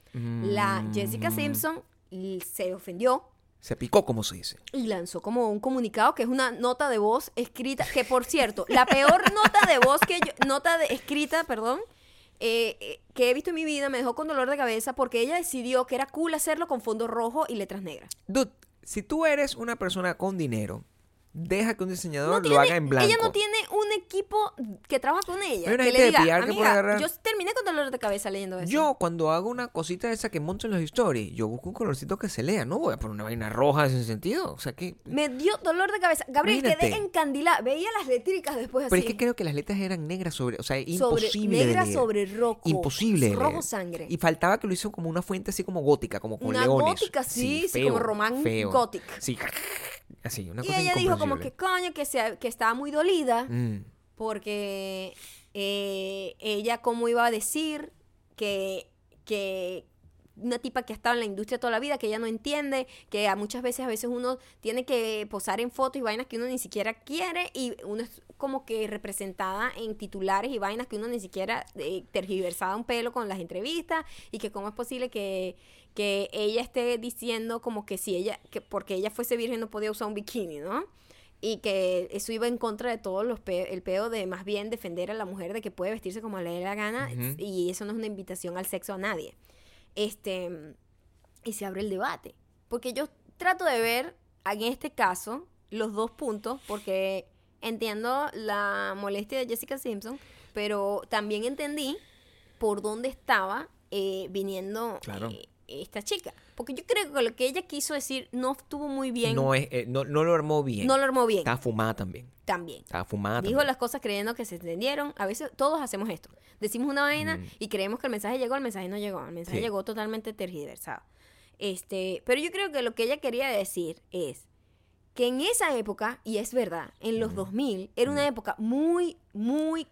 La Jessica Mm. Simpson l- se ofendió Se picó, como se dice. y lanzó como un comunicado que es una nota de voz escrita, que por cierto, la peor nota de voz que yo, nota de escrita, perdón, eh, eh, que he visto en mi vida, me dejó con dolor de cabeza porque ella decidió que era cool hacerlo con fondo rojo y letras negras. Dude, si tú eres una persona con dinero, deja que un diseñador No lo tiene- haga en blanco. Ella no tiene un equipo que trabaja con ella. Hay una que gente le de diga, P R que puede amiga, agarrar- yo terminé con dolor de cabeza leyendo eso. Yo, cuando hago una cosita de esa que monto en los stories, yo busco un colorcito que se lea. No voy a poner una vaina roja en ese sentido. O sea que... Me dio dolor de cabeza. Gabriel, Imagínate. quedé encandilada. Veía las letricas después Pero así. es que creo que las letras eran negras sobre... O sea, sobre, imposible de negra leer. sobre rojo. Imposible de Rojo leer. sangre. Y faltaba que lo hizo como una fuente así como gótica, como con Una leones. gótica, sí, sí, feo, como román feo. gothic. Sí, así, una Y cosa ella dijo como que incomprensible. coño, que, se, que estaba muy dolida Mm. porque eh, ella cómo iba a decir que, que una tipa que ha estado en la industria toda la vida, que ella no entiende, que a muchas veces a veces uno tiene que posar en fotos y vainas que uno ni siquiera quiere y uno es como que representada en titulares y vainas que uno ni siquiera eh, tergiversada un pelo con las entrevistas y que cómo es posible que, que ella esté diciendo como que si ella, que porque ella fuese virgen no podía usar un bikini, ¿no? Y que eso iba en contra de todos los pe el peo de más bien defender a la mujer de que puede vestirse como le dé la gana Ujú. y eso no es una invitación al sexo a nadie. Este, y se abre el debate. Porque yo trato de ver en este caso los dos puntos, porque entiendo la molestia de Jessica Simpson, pero también entendí por dónde estaba eh, viniendo Claro. eh, esta chica. Porque yo creo que lo que ella quiso decir no estuvo muy bien. No, es, eh, no, no lo armó bien. No lo armó bien. Estaba fumada también. También. Estaba fumada Dijo también. las cosas creyendo que se entendieron. A veces todos hacemos esto. Decimos una vaina Mm. y creemos que el mensaje llegó, el mensaje no llegó. El mensaje Sí. llegó totalmente tergiversado. Este, pero yo creo que lo que ella quería decir es que en esa época, y es verdad, en los Mm. dos mil, era una Mm. época muy, muy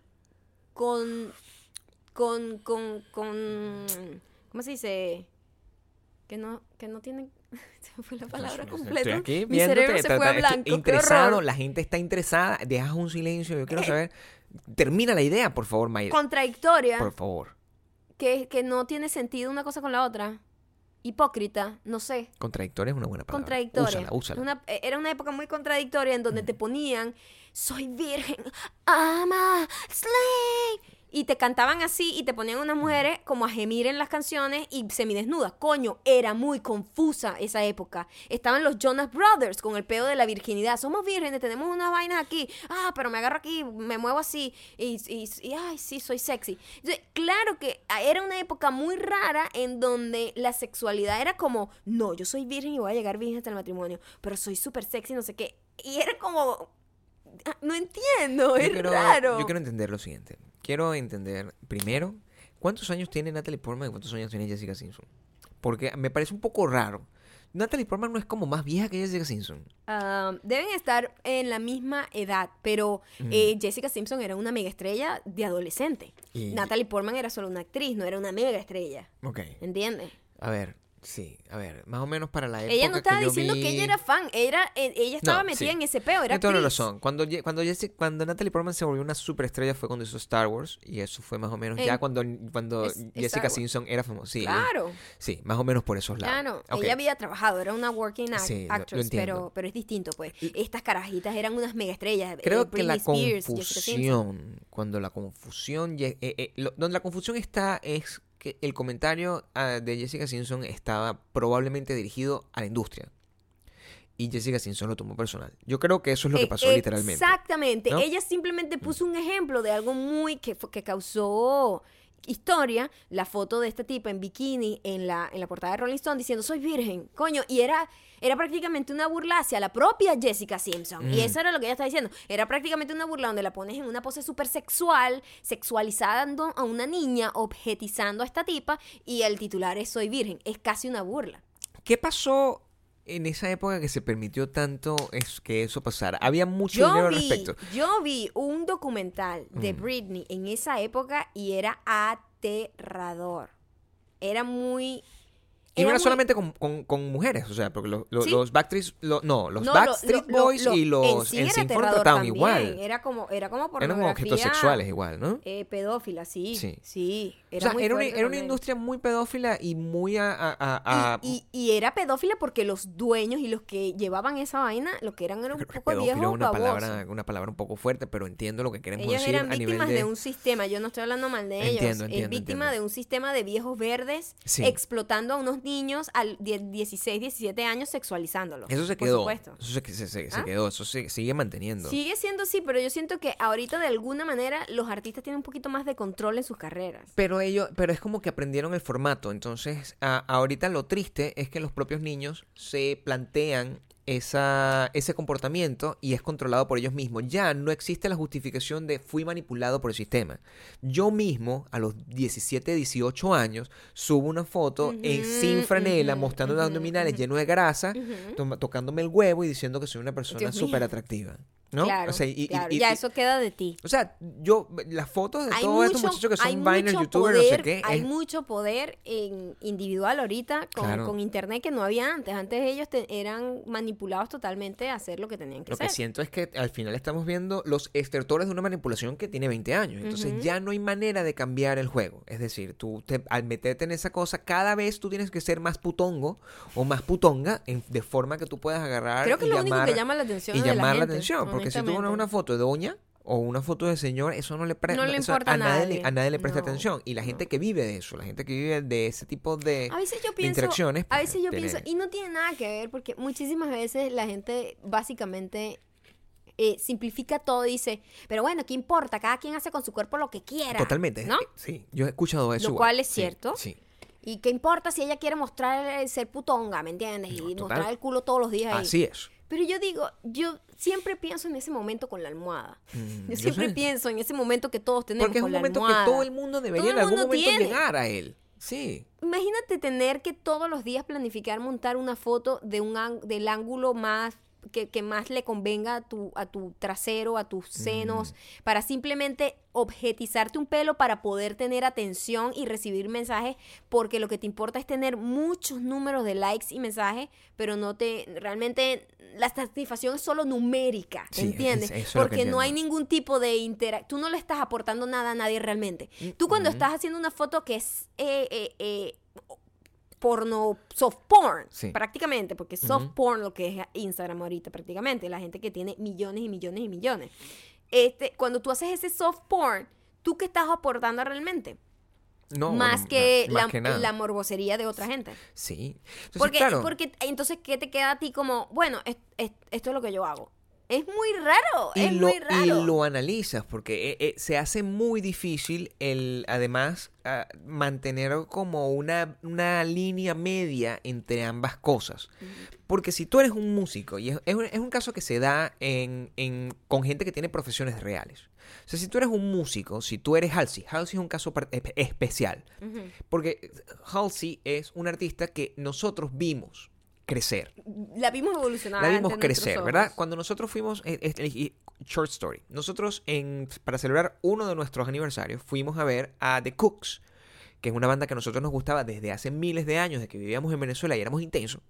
con, con, con, con, ¿cómo se dice? Que no, que no tienen, se me fue la palabra completa. Estoy aquí Mi viéndote, cerebro se fue a trata- estoy blanco, qué interesado, horror. la gente está interesada, dejas un silencio, yo quiero saber. Termina la idea, por favor, Mayra. Contradictoria, Por favor. que, que no tiene sentido una cosa con la otra. Hipócrita, no sé. Contradictoria es una buena palabra. Contradictoria. Úsala, úsala. Una- eh, era una época muy contradictoria en donde te ponían, soy virgen, ama, slave. Y te cantaban así y te ponían unas mujeres como a gemir en las canciones y semidesnudas. Coño, era muy confusa esa época. Estaban los Jonas Brothers con el pedo de la virginidad. Somos vírgenes, tenemos unas vainas aquí. Ah, pero me agarro aquí, me muevo así. Y, y, y, ay, sí, soy sexy. Entonces, claro que era una época muy rara en donde la sexualidad era como, no, yo soy virgen y voy a llegar virgen hasta el matrimonio, pero soy súper sexy, no sé qué. Y era como, ah, no entiendo, Yo es quiero- raro. Yo quiero entender lo siguiente. Quiero entender, primero, ¿cuántos años tiene Natalie Portman y cuántos años tiene Jessica Simpson? Porque me parece un poco raro. Natalie Portman no es como más vieja que Jessica Simpson. Ah, deben estar en la misma edad, pero eh, Jessica Simpson era una mega estrella de adolescente. Y- Natalie Portman era solo una actriz, no era una mega estrella. Ok. ¿Entiendes? A ver, sí. A ver, más o menos para la época Ella no estaba que yo diciendo vi- que ella era fan, era, eh, ella estaba No, metida sí. en ese peo, era Tienes toda la actriz. razón. Cuando, Ye- cuando, Jessica, cuando Natalie Portman se volvió una superestrella fue cuando hizo Star Wars. Y eso fue más o menos En- ya cuando, cuando es- Star Jessica Wars. Simpson era famosa. Sí, Claro, sí, más o menos por esos lados. claro. Ok. Ella había trabajado, era una working act- Sí, lo- lo actress, entiendo. pero, pero es distinto, pues. Estas carajitas eran unas mega estrellas. Creo eh, que la Britney Spears, Jessica Simpson. confusión, cuando la confusión, lle- eh, eh, lo- donde la confusión está es que el comentario ah, de Jessica Simpson estaba probablemente dirigido a la industria. Y Jessica Simpson lo tomó personal. Yo creo que eso es lo que Eh, pasó literalmente. Exactamente. ¿no? Ella simplemente puso un ejemplo de algo muy que, fue- que causó historia, la foto de esta tipa en bikini en la, en la portada de Rolling Stone diciendo soy virgen, coño, y era, era prácticamente una burla hacia la propia Jessica Simpson. Mm. Y eso era lo que ella estaba diciendo. Era prácticamente una burla donde la pones en una pose súper sexual, sexualizando a una niña, objetizando a esta tipa, y el titular es soy virgen. Es casi una burla. ¿Qué pasó en esa época que se permitió tanto es que eso pasara? Había mucho Yo dinero al vi, respecto. yo vi un documental de Mm. Britney en esa época y era aterrador. Era muy... Y no era muy- solamente con, con- con mujeres, o sea, porque lo- lo- Sí. los Backstreet, lo- no, los No, lo- Backstreet lo- lo- Boys lo- y en los sí N era Sync fueron aterrador tratados también. igual. Era como, era como Eran pornografía. como objetos sexuales igual, ¿no? Eh, pedófila, sí. Sí. Sí. O Era sea, muy era una, fuerte era una también. industria muy pedófila y muy a... a- a- a- Y, y- y era pedófila porque los dueños y los que llevaban esa vaina, lo que eran era un creo que poco pedófilo viejos es una babosos. palabra, una palabra un poco fuerte, pero entiendo lo que queremos Ellos decir eran a nivel víctimas de... de... un sistema, yo no estoy hablando mal de ellos, Entiendo, es entiendo, víctima entiendo. de un sistema de viejos verdes Sí. explotando a unos niños al die- dieciséis, diecisiete años sexualizándolos. Eso se por quedó, supuesto. eso se, se- se- se ¿Ah? quedó, eso se sigue manteniendo. Sigue siendo así, pero yo siento que ahorita de alguna manera los artistas tienen un poquito más de control en sus carreras. Pero ellos, pero es como que aprendieron el formato. Entonces, a- ahorita lo triste es que los propios niños se plantean esa, ese comportamiento y es controlado por ellos mismos. Ya no existe la justificación de fui manipulado por el sistema. Yo mismo, a los diecisiete, dieciocho años, subo una foto en, Ujú, sin franela, ujú, mostrando los ujú, abdominales ujú. llenos de grasa, Ujú. toma- tocándome el huevo y diciendo que soy una persona Dios mío. súper atractiva. ¿No? Claro, O sea, y- y- claro, y- ya y- eso queda de ti. o sea, yo, las fotos de Hay todos estos mucho- muchachos que hay son Viner, mucho youtubers, no sé poder- qué, Hay es- mucho poder en individual ahorita con, Claro. con internet que no había antes. Antes ellos te- eran manipulados totalmente a hacer lo que tenían que Lo que hacer. siento es que al final estamos viendo los estertores de una manipulación que tiene veinte años. Entonces Ujú. ya no hay manera de cambiar el juego. Es decir, tú te- al meterte en esa cosa, cada vez tú tienes que ser más putongo o más putonga en- de forma que tú puedas agarrar Creo que y es lo llamar, único que llama la atención y de la llamar la gente, atención. Porque si tú pones honestamente. una foto de doña o una foto de señor, eso no le, pre- No le eso importa a nadie. nadie. le- a nadie le presta No, atención. Y la gente no. que vive de eso, la gente que vive de ese tipo de, A veces yo de pienso, interacciones. a pues, veces yo tiene- pienso, y no tiene nada que ver, porque muchísimas veces la gente básicamente eh, simplifica todo y dice, pero bueno, ¿qué importa? Cada quien hace con su cuerpo lo que quiera. Totalmente. ¿No? Sí, yo he escuchado eso. Lo igual. cual es Sí, cierto. Sí. Y qué importa si ella quiere mostrar el ser putonga, ¿me entiendes? Y No, total. mostrar el culo todos los días ahí. Así es. Pero yo digo, yo siempre pienso en ese momento con la almohada. Mm, yo yo siempre sé. pienso en ese momento que todos tenemos Porque es con un la momento almohada. que todo el mundo debería Todo el en algún mundo momento tiene. llegar a él. Sí. Imagínate tener que todos los días planificar montar una foto de un ang- del ángulo más que, que más le convenga a tu, a tu trasero, a tus senos, Mm. para simplemente objetizarte un pelo para poder tener atención y recibir mensajes, porque lo que te importa es tener muchos números de likes y mensajes, pero no te, realmente la satisfacción es solo numérica, Sí, ¿entiendes? es- eso es lo que Porque no hay entiendo. ningún tipo de interacción, tú no le estás aportando nada a nadie realmente. Mm, Tú cuando mm. estás haciendo una foto que es eh, eh, eh, porno, soft porn, Sí. prácticamente, porque es soft Ujú. porn lo que es Instagram ahorita prácticamente, la gente que tiene millones y millones y millones. Este, cuando tú haces ese soft porn, ¿tú qué estás aportando realmente? No, más bueno, que, na- más la, que nada. la morbosería de otra gente. Sí. Entonces, Porque, claro, porque entonces, ¿qué te queda a ti como, bueno, es- es- esto es lo que yo hago? Es muy raro, y es lo, muy raro. y lo analizas porque eh, eh, se hace muy difícil el además ah, mantener como una, una línea media entre ambas cosas. Porque si tú eres un músico, y es, es un, es un caso que se da en, en- con gente que tiene profesiones reales. O sea, si tú eres un músico, si tú eres Halsey, Halsey es un caso par- espe- especial. Ujú. Porque Halsey es un artista que nosotros vimos crecer. La vimos evolucionar. La vimos ante nuestros crecer, ojos. ¿verdad? Cuando nosotros fuimos, eh, eh, eh, Short Story, nosotros en, para celebrar uno de nuestros aniversarios fuimos a ver a The Cooks, que es una banda que a nosotros nos gustaba desde hace miles de años, de que vivíamos en Venezuela y éramos intensos.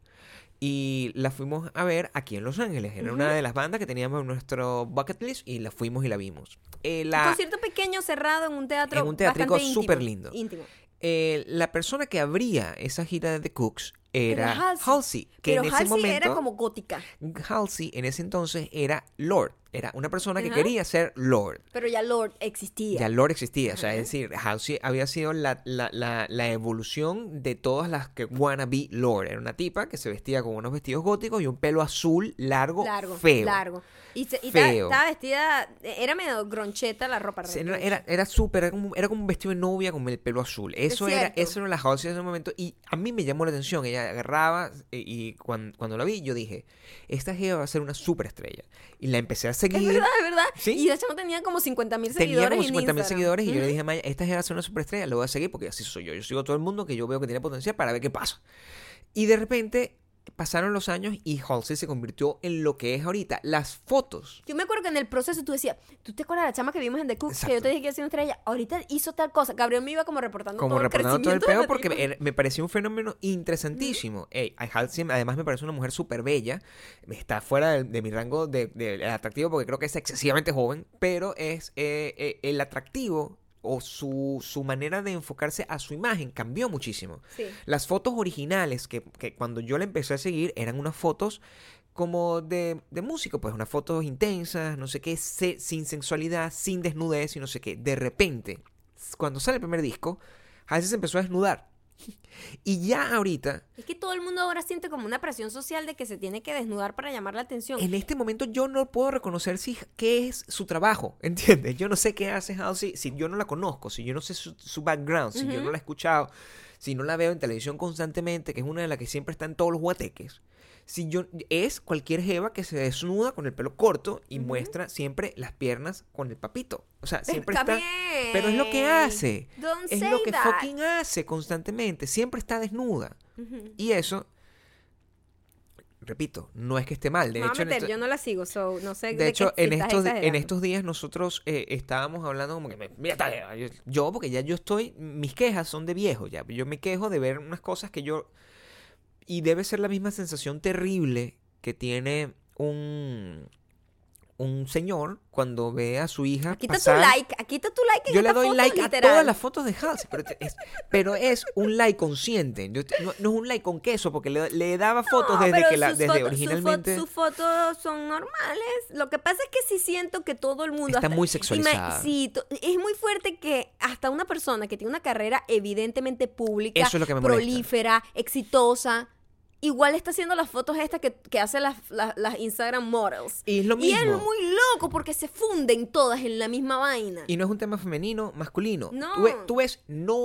Y la fuimos a ver aquí en Los Ángeles. Era una de las bandas que teníamos en nuestro bucket list y la fuimos y la vimos. Eh, Un la, concierto pequeño cerrado en un teatro En un teatrico bastante íntimo, súper lindo. íntimo. eh, la persona que abría esa gira de The Cooks era, Era Halsey. Halsey, que Pero en ese Halsey momento era como gótica. Halsey en ese entonces era Lord, era una persona que Ajá. quería ser Lord. Pero ya Lord existía. Ya Lord existía, o sea, Ajá. es decir, Halsey había sido la, la, la, la evolución de todas las que wanna be Lord. Era una tipa que se vestía con unos vestidos góticos y un pelo azul largo, largo, feo. largo. Y, se- y Feo. Estaba, estaba vestida, era medio groncheta la ropa. Sí, realmente. Era, era, era súper, era como, era como un vestido de novia con el pelo azul. Eso Es era, cierto. eso era la Halsey en ese momento. Y a mí me llamó la atención. Ella agarraba eh, y cuando, cuando la vi, yo dije, esta jeva va a ser una superestrella. Y la empecé a seguir. Es verdad, es verdad. Sí. Y de hecho tenía como cincuenta mil Tenía seguidores como en cincuenta mil Instagram. seguidores y yo le Ujú. dije a Maya, esta jeva va a ser una superestrella, lo voy a seguir porque así soy yo. Yo sigo a todo el mundo que yo veo que tiene potencial para ver qué pasa. Y de repente pasaron los años y Halsey se convirtió en lo que es ahorita. Las fotos. Yo me acuerdo que en el proceso tú decías, ¿tú te acuerdas de la chama que vimos en The Cooks? Que yo Exacto. te dije que iba a ser una estrella. Ahorita hizo tal cosa. Gabriel me iba como reportando Como todo reportando el todo el crecimiento de peo la porque tipa. era- me pareció un fenómeno interesantísimo. Ey, a Halsey además me parece una mujer súper bella. Está fuera de, de mi rango de, de- de atractivo porque creo que es excesivamente joven, pero es eh, eh, el atractivo o su, su manera de enfocarse a su imagen cambió muchísimo. Sí. Las fotos originales que, que cuando yo la empecé a seguir eran unas fotos como de, de músico, pues unas fotos intensas, no sé qué, se- sin sensualidad, sin desnudez y no sé qué. De repente, cuando sale el primer disco, Halsey se empezó a desnudar. Y ya ahorita, Es que todo el mundo ahora siente como una presión social de que se tiene que desnudar para llamar la atención. en este momento yo no puedo reconocer si qué es su trabajo, ¿entiendes? Yo no sé qué hace Halsey si yo no la conozco, si yo no sé su, su background, si yo Ujú. no la he escuchado, si no la veo en televisión constantemente, que es una de las que siempre está en todos los guateques. Si yo es cualquier jeva que se desnuda con el pelo corto y muestra siempre las piernas con el papito. O sea, siempre Está está. bien. Pero es lo que hace. Don't Es say lo que that. fucking hace constantemente. Siempre está desnuda. Ujú. Y eso, repito, no es que esté mal. De Me voy a hecho, en meter, esto- yo no la sigo, so, no sé de de hecho, qué en si estás estos, en exagerando. estos días nosotros eh, estábamos hablando como que, me- mira, esta jeva, yo, yo, porque ya yo estoy, mis quejas son de viejo ya, yo me quejo de ver unas cosas que yo, y debe ser la misma sensación terrible que tiene un, un señor cuando ve a su hija Aquí está pasar. tu like, aquí está tu like en Yo le esta doy foto, like a literal. todas las fotos de Halsey, pero es, pero es un like consciente. Yo te- no, no es un like con queso, porque le, le daba fotos No, desde pero que la, sus desde fotos- originalmente. Sus, fo- sus fotos son normales. Lo que pasa es que sí siento que todo el mundo... Está muy ima- sexualizada. Sí, to- es muy fuerte que hasta una persona que tiene una carrera evidentemente pública, Eso es lo que me molesta. prolífera, exitosa, igual está haciendo las fotos estas que, que hacen las, las, las Instagram models. Y es lo Y es mismo. muy loco porque se funden todas en la misma vaina. Y no es un tema femenino, masculino. No. Tú, ves, tú ves Noah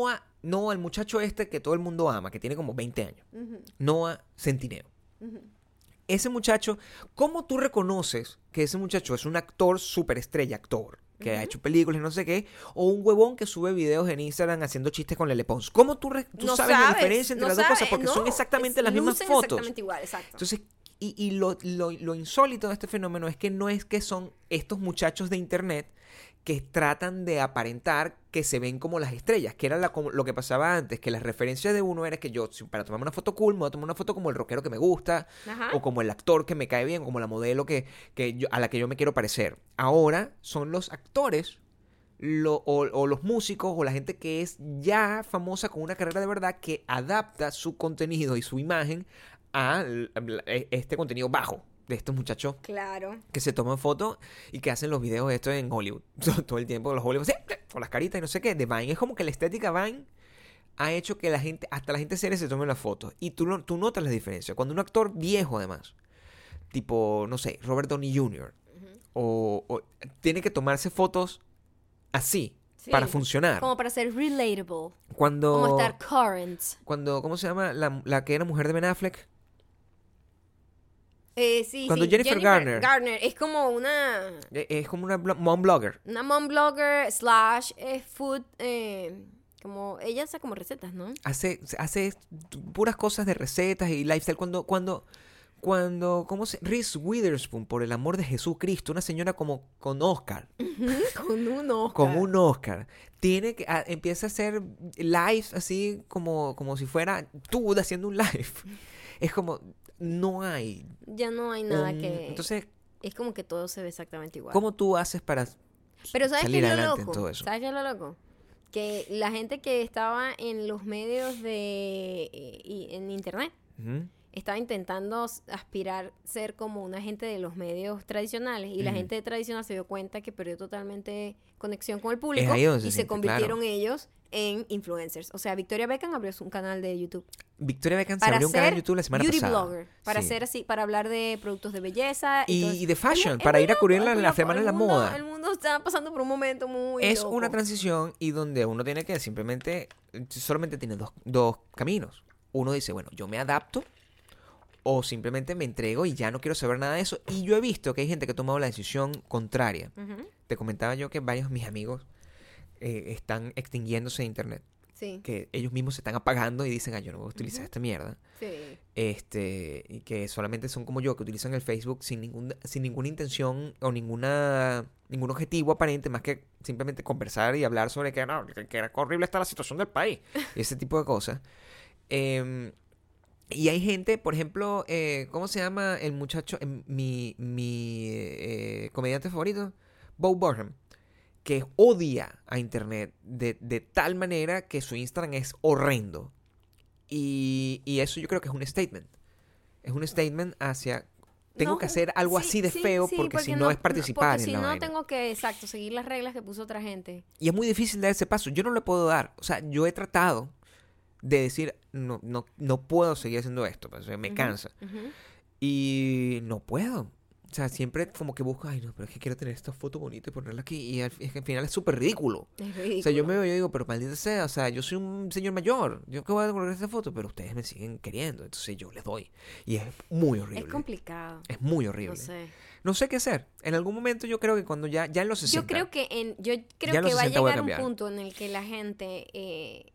no, el muchacho este que todo el mundo ama, que tiene como veinte años. Ujú, Noah Centineo. ujú. Ese muchacho, ¿cómo tú reconoces que ese muchacho es un actor superestrella, actor, que ha hecho películas y no sé qué, o un huevón que sube videos en Instagram haciendo chistes con Lele Pons? ¿Cómo tú, re- tú No sabes, la sabes, diferencia entre no las dos sabes, cosas? Porque no, son exactamente es- las mismas lucen fotos. exactamente igual, exacto. Entonces, y, y lo, lo, lo insólito de este fenómeno es que no es que son estos muchachos de internet que tratan de aparentar que se ven como las estrellas, que era la- como lo que pasaba antes, que las referencias de uno era que yo, si- para tomarme una foto cool, me voy a tomar una foto como el rockero que me gusta, Ajá. o como el actor que me cae bien, como la modelo que, que yo- a la que yo me quiero parecer. Ahora son los actores lo- o, o los músicos o la gente que es ya famosa con una carrera de verdad que adapta su contenido y su imagen a l- a este contenido bajo de estos muchachos Claro. que se toman fotos y que hacen los videos estos en Hollywood. Todo, todo el tiempo los Hollywood, sí, con las caritas y no sé qué. De Vine es como que la estética Vine ha hecho que la gente, hasta la gente seria se tome las fotos. Y tú, no- tú notas la diferencia. Cuando un actor viejo, además, tipo, no sé, Robert Downey junior, o, o tiene que tomarse fotos así, Sí. para funcionar. Como para ser relatable. Cuando, Como estar current. cuando, ¿cómo se llama? La, la que era mujer de Ben Affleck. Eh, sí, Cuando sí. Jennifer Garner- Garner es como una, Eh, Es como una blo- mom blogger. una mom blogger slash eh, food. Eh, como ella hace como recetas, ¿no? Hace, hace puras cosas de recetas y lifestyle. Cuando, cuando, cuando, ¿cómo se? Reese Witherspoon, por el amor de Jesucristo, una señora como con Oscar, Con un Oscar. con un Oscar, tiene que, a- empieza a hacer live así como, como si fuera tú haciendo un live. Es como, no hay. Ya no hay nada un- que... Entonces, es como que todo se ve exactamente igual. ¿cómo tú haces para Pero ¿sabes qué salir es lo adelante en loco? todo eso? ¿Sabes qué es lo loco? Que la gente que estaba en los medios de... eh, y en internet Ujú. estaba intentando s- aspirar ser como una gente de los medios tradicionales y la Ujú. gente tradicional se dio cuenta que perdió totalmente conexión con el público ahí donde se y se siente, convirtieron claro. ellos en influencers. O sea, Victoria Beckham abrió un canal de YouTube Victoria Beckham se para abrió un canal ser de YouTube la semana beauty pasada. blogger, para Sí. ser así, para hablar de productos de belleza Y- todo y eso. de Es fashion, muy- es para muy ir a cubrir loco, la- es muy la loco. semana El de la mundo- moda. El mundo está pasando por un momento muy Es loco. una transición y donde uno tiene que simplemente, solamente tiene dos, dos caminos. Uno dice, bueno, yo me adapto o simplemente me entrego y ya no quiero saber nada de eso. Y yo he visto que hay gente que ha tomado la decisión contraria. Ujú, Te comentaba yo que varios de mis amigos eh, están extinguiéndose de internet. Sí, Que ellos mismos se están apagando y dicen, ah, yo no voy a utilizar Ujú. esta mierda. sí. Este, y que solamente son como yo, que utilizan el Facebook sin ningún, sin ninguna intención o ninguna ningún objetivo aparente más que simplemente conversar y hablar sobre que, no, que, que horrible está la situación del país y ese tipo de cosas. Em, y hay gente, por ejemplo, eh, ¿cómo se llama el muchacho? em, mi mi eh, comediante favorito, Bo Burnham, que odia a internet de, de tal manera que su Instagram es horrendo. Y, y eso yo creo que es un statement. Es un statement hacia... Tengo No, que hacer algo sí, así de sí, feo sí, porque, si no, es participar porque en si la no vaina. tengo que, exacto, seguir las reglas que puso otra gente. Y es muy difícil dar ese paso. Yo no le puedo dar. O sea, yo he tratado de decir, no, no, no puedo seguir haciendo esto. Pues, me Ujú, cansa. ujú. Y no puedo. O sea, siempre como que busco, ay no, pero es que quiero tener esta foto bonita y ponerla aquí. Y al, es que al final es súper ridículo. Es ridículo. O sea, yo me veo y digo, pero maldita sea, o sea, yo soy un señor mayor. Yo que voy a colocar esta foto, pero ustedes me siguen queriendo. Entonces yo les doy. Y es muy horrible. Es complicado. Es muy horrible. No sé. No sé qué hacer. En algún momento yo creo que cuando ya, ya en los sesenta. Yo creo que en, yo creo Ya en los que va a sesenta voy a llegar un cambiar. punto en el que la gente eh,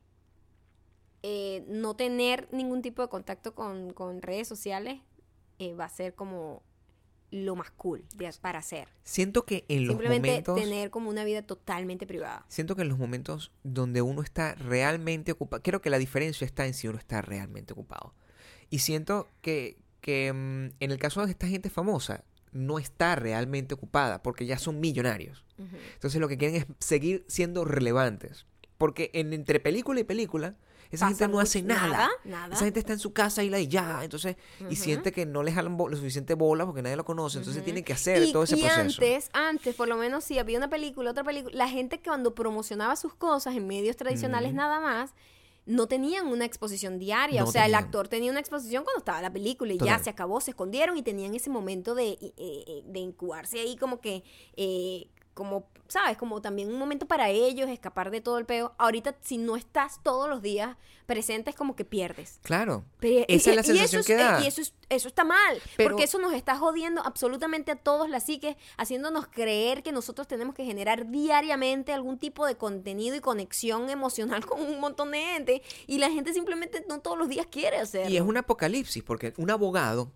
eh, no tener ningún tipo de contacto con, con redes sociales eh, va a ser como lo más cool de- para hacer. Siento que en los Simplemente momentos... tener como una vida totalmente privada. Siento que en los momentos donde uno está realmente ocupado, creo que la diferencia está en si uno está realmente ocupado. Y siento que, que mm, en el caso de esta gente famosa, no está realmente ocupada porque ya son millonarios. Ujú. Entonces lo que quieren es seguir siendo relevantes. Porque en, entre película y película, esa Pasa gente no mucho- hace nada. Nada, nada. Esa gente está en su casa y la y ya. Entonces, y Ujú. siente que no les jalan bo- lo suficiente bola porque nadie lo conoce. Entonces Ujú. tienen que hacer y, todo ese y proceso. antes, antes, por lo menos si había una película, otra película, la gente que cuando promocionaba sus cosas en medios tradicionales Ujú. nada más, no tenían una exposición diaria. No o sea, el tenían. actor tenía una exposición cuando estaba la película y Total. ya se acabó, se escondieron y tenían ese momento de, eh, eh, de incubarse ahí como que... eh, como, ¿sabes? Como también un momento para ellos, escapar de todo el peo. Ahorita, si no estás todos los días presente, es como que pierdes. Claro. Pero- Esa y- es la y sensación eso que es- da. Y eso, es- eso está mal, Pero- porque eso nos está jodiendo absolutamente a todos la psique, haciéndonos creer que nosotros tenemos que generar diariamente algún tipo de contenido y conexión emocional con un montón de gente, y la gente simplemente no todos los días quiere hacerlo. Y es un apocalipsis, porque un abogado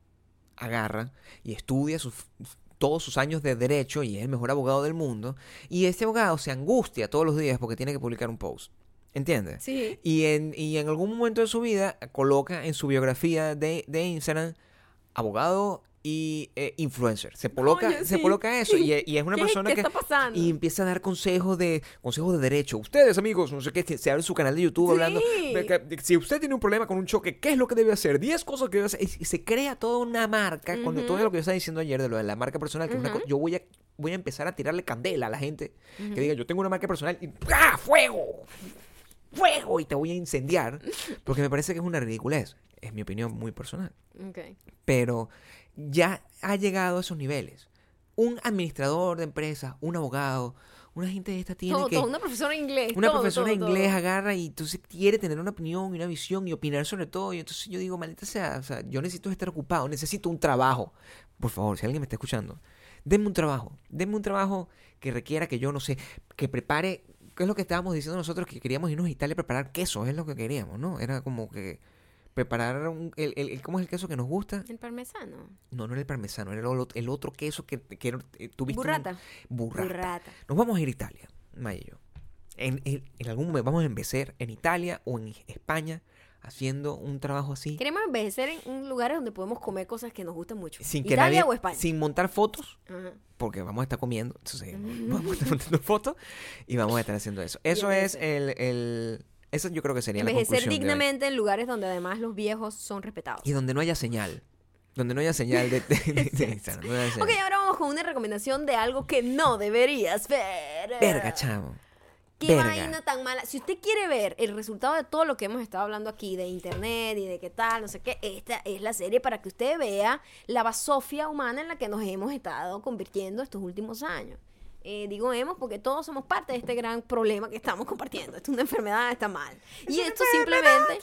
agarra y estudia sus, todos sus años de derecho y es el mejor abogado del mundo, y este abogado se angustia todos los días porque tiene que publicar un post. ¿Entiendes? Sí. Y en, y en algún momento de su vida coloca en su biografía de, de Instagram abogado y eh, influencer. Se coloca, Coño, se sí. coloca eso y, y es una ¿Qué- persona qué que... está pasando? Y empieza a dar consejos de consejos de derecho. Ustedes, amigos, no sé qué, se abre su canal de YouTube Sí. hablando de que de- si usted tiene un problema con un choque, ¿qué es lo que debe hacer? diez cosas que debe hacer. Y, y se crea toda una marca con Ujú. todo lo que yo estaba diciendo ayer de lo de la marca personal, que es una Ujú. co- yo voy a voy a empezar a tirarle candela a la gente que diga, yo tengo una marca personal y ¡ah! ¡Fuego! ¡Fuego! Y te voy a incendiar. Porque me parece que es una ridiculez. Es mi opinión muy personal. Ok. Pero ya ha llegado a esos niveles. Un administrador de empresas, un abogado, una gente de esta tiene Todo, que... todo, una profesora de inglés. Una todo, profesora de todo, inglés todo. agarra y entonces quiere tener una opinión y una visión y opinar sobre todo. Y entonces yo digo, maldita sea, o sea, yo necesito estar ocupado, necesito un trabajo. Por favor, si alguien me está escuchando, denme un trabajo. Denme un trabajo que requiera que yo, no sé, que prepare... ¿Qué es lo que estábamos diciendo nosotros? Que queríamos irnos a Italia a preparar queso, es lo que queríamos, ¿no? Era como que preparar un, el, el, el- ¿cómo es el queso que nos gusta? El parmesano. No, no era el parmesano, era el, olo- el otro queso que, que era- eh, tuviste. un- Burrata. burrata. Burrata. Nos vamos a ir a Italia, Maya y yo. En, en, en algún momento vamos a envejecer en Italia o en España haciendo un trabajo así. Queremos envejecer en un lugar donde podemos comer cosas que nos gustan mucho. Sin que Italia nadie, o España. sin montar fotos, Ajá. porque vamos a estar comiendo, entonces vamos a estar montando fotos y vamos a estar haciendo eso. Eso Bien, es el, el, eso yo creo que sería la Envejecer conclusión de hoy. dignamente en lugares donde además los viejos son respetados. Y donde no haya señal, donde no haya señal de, de, de- de Instagram, no haya señal. Ok, ahora vamos con una recomendación de algo que no deberías ver. Verga, chamo. Qué Verga. vaina tan mala. Si usted quiere ver el resultado de todo lo que hemos estado hablando aquí, de internet y de qué tal, no sé qué, esta es la serie para que usted vea la basofia humana en la que nos hemos estado convirtiendo estos últimos años. Eh, digo hemos porque todos somos parte de este gran problema que estamos compartiendo. Esto es una enfermedad, está mal. Y esto simplemente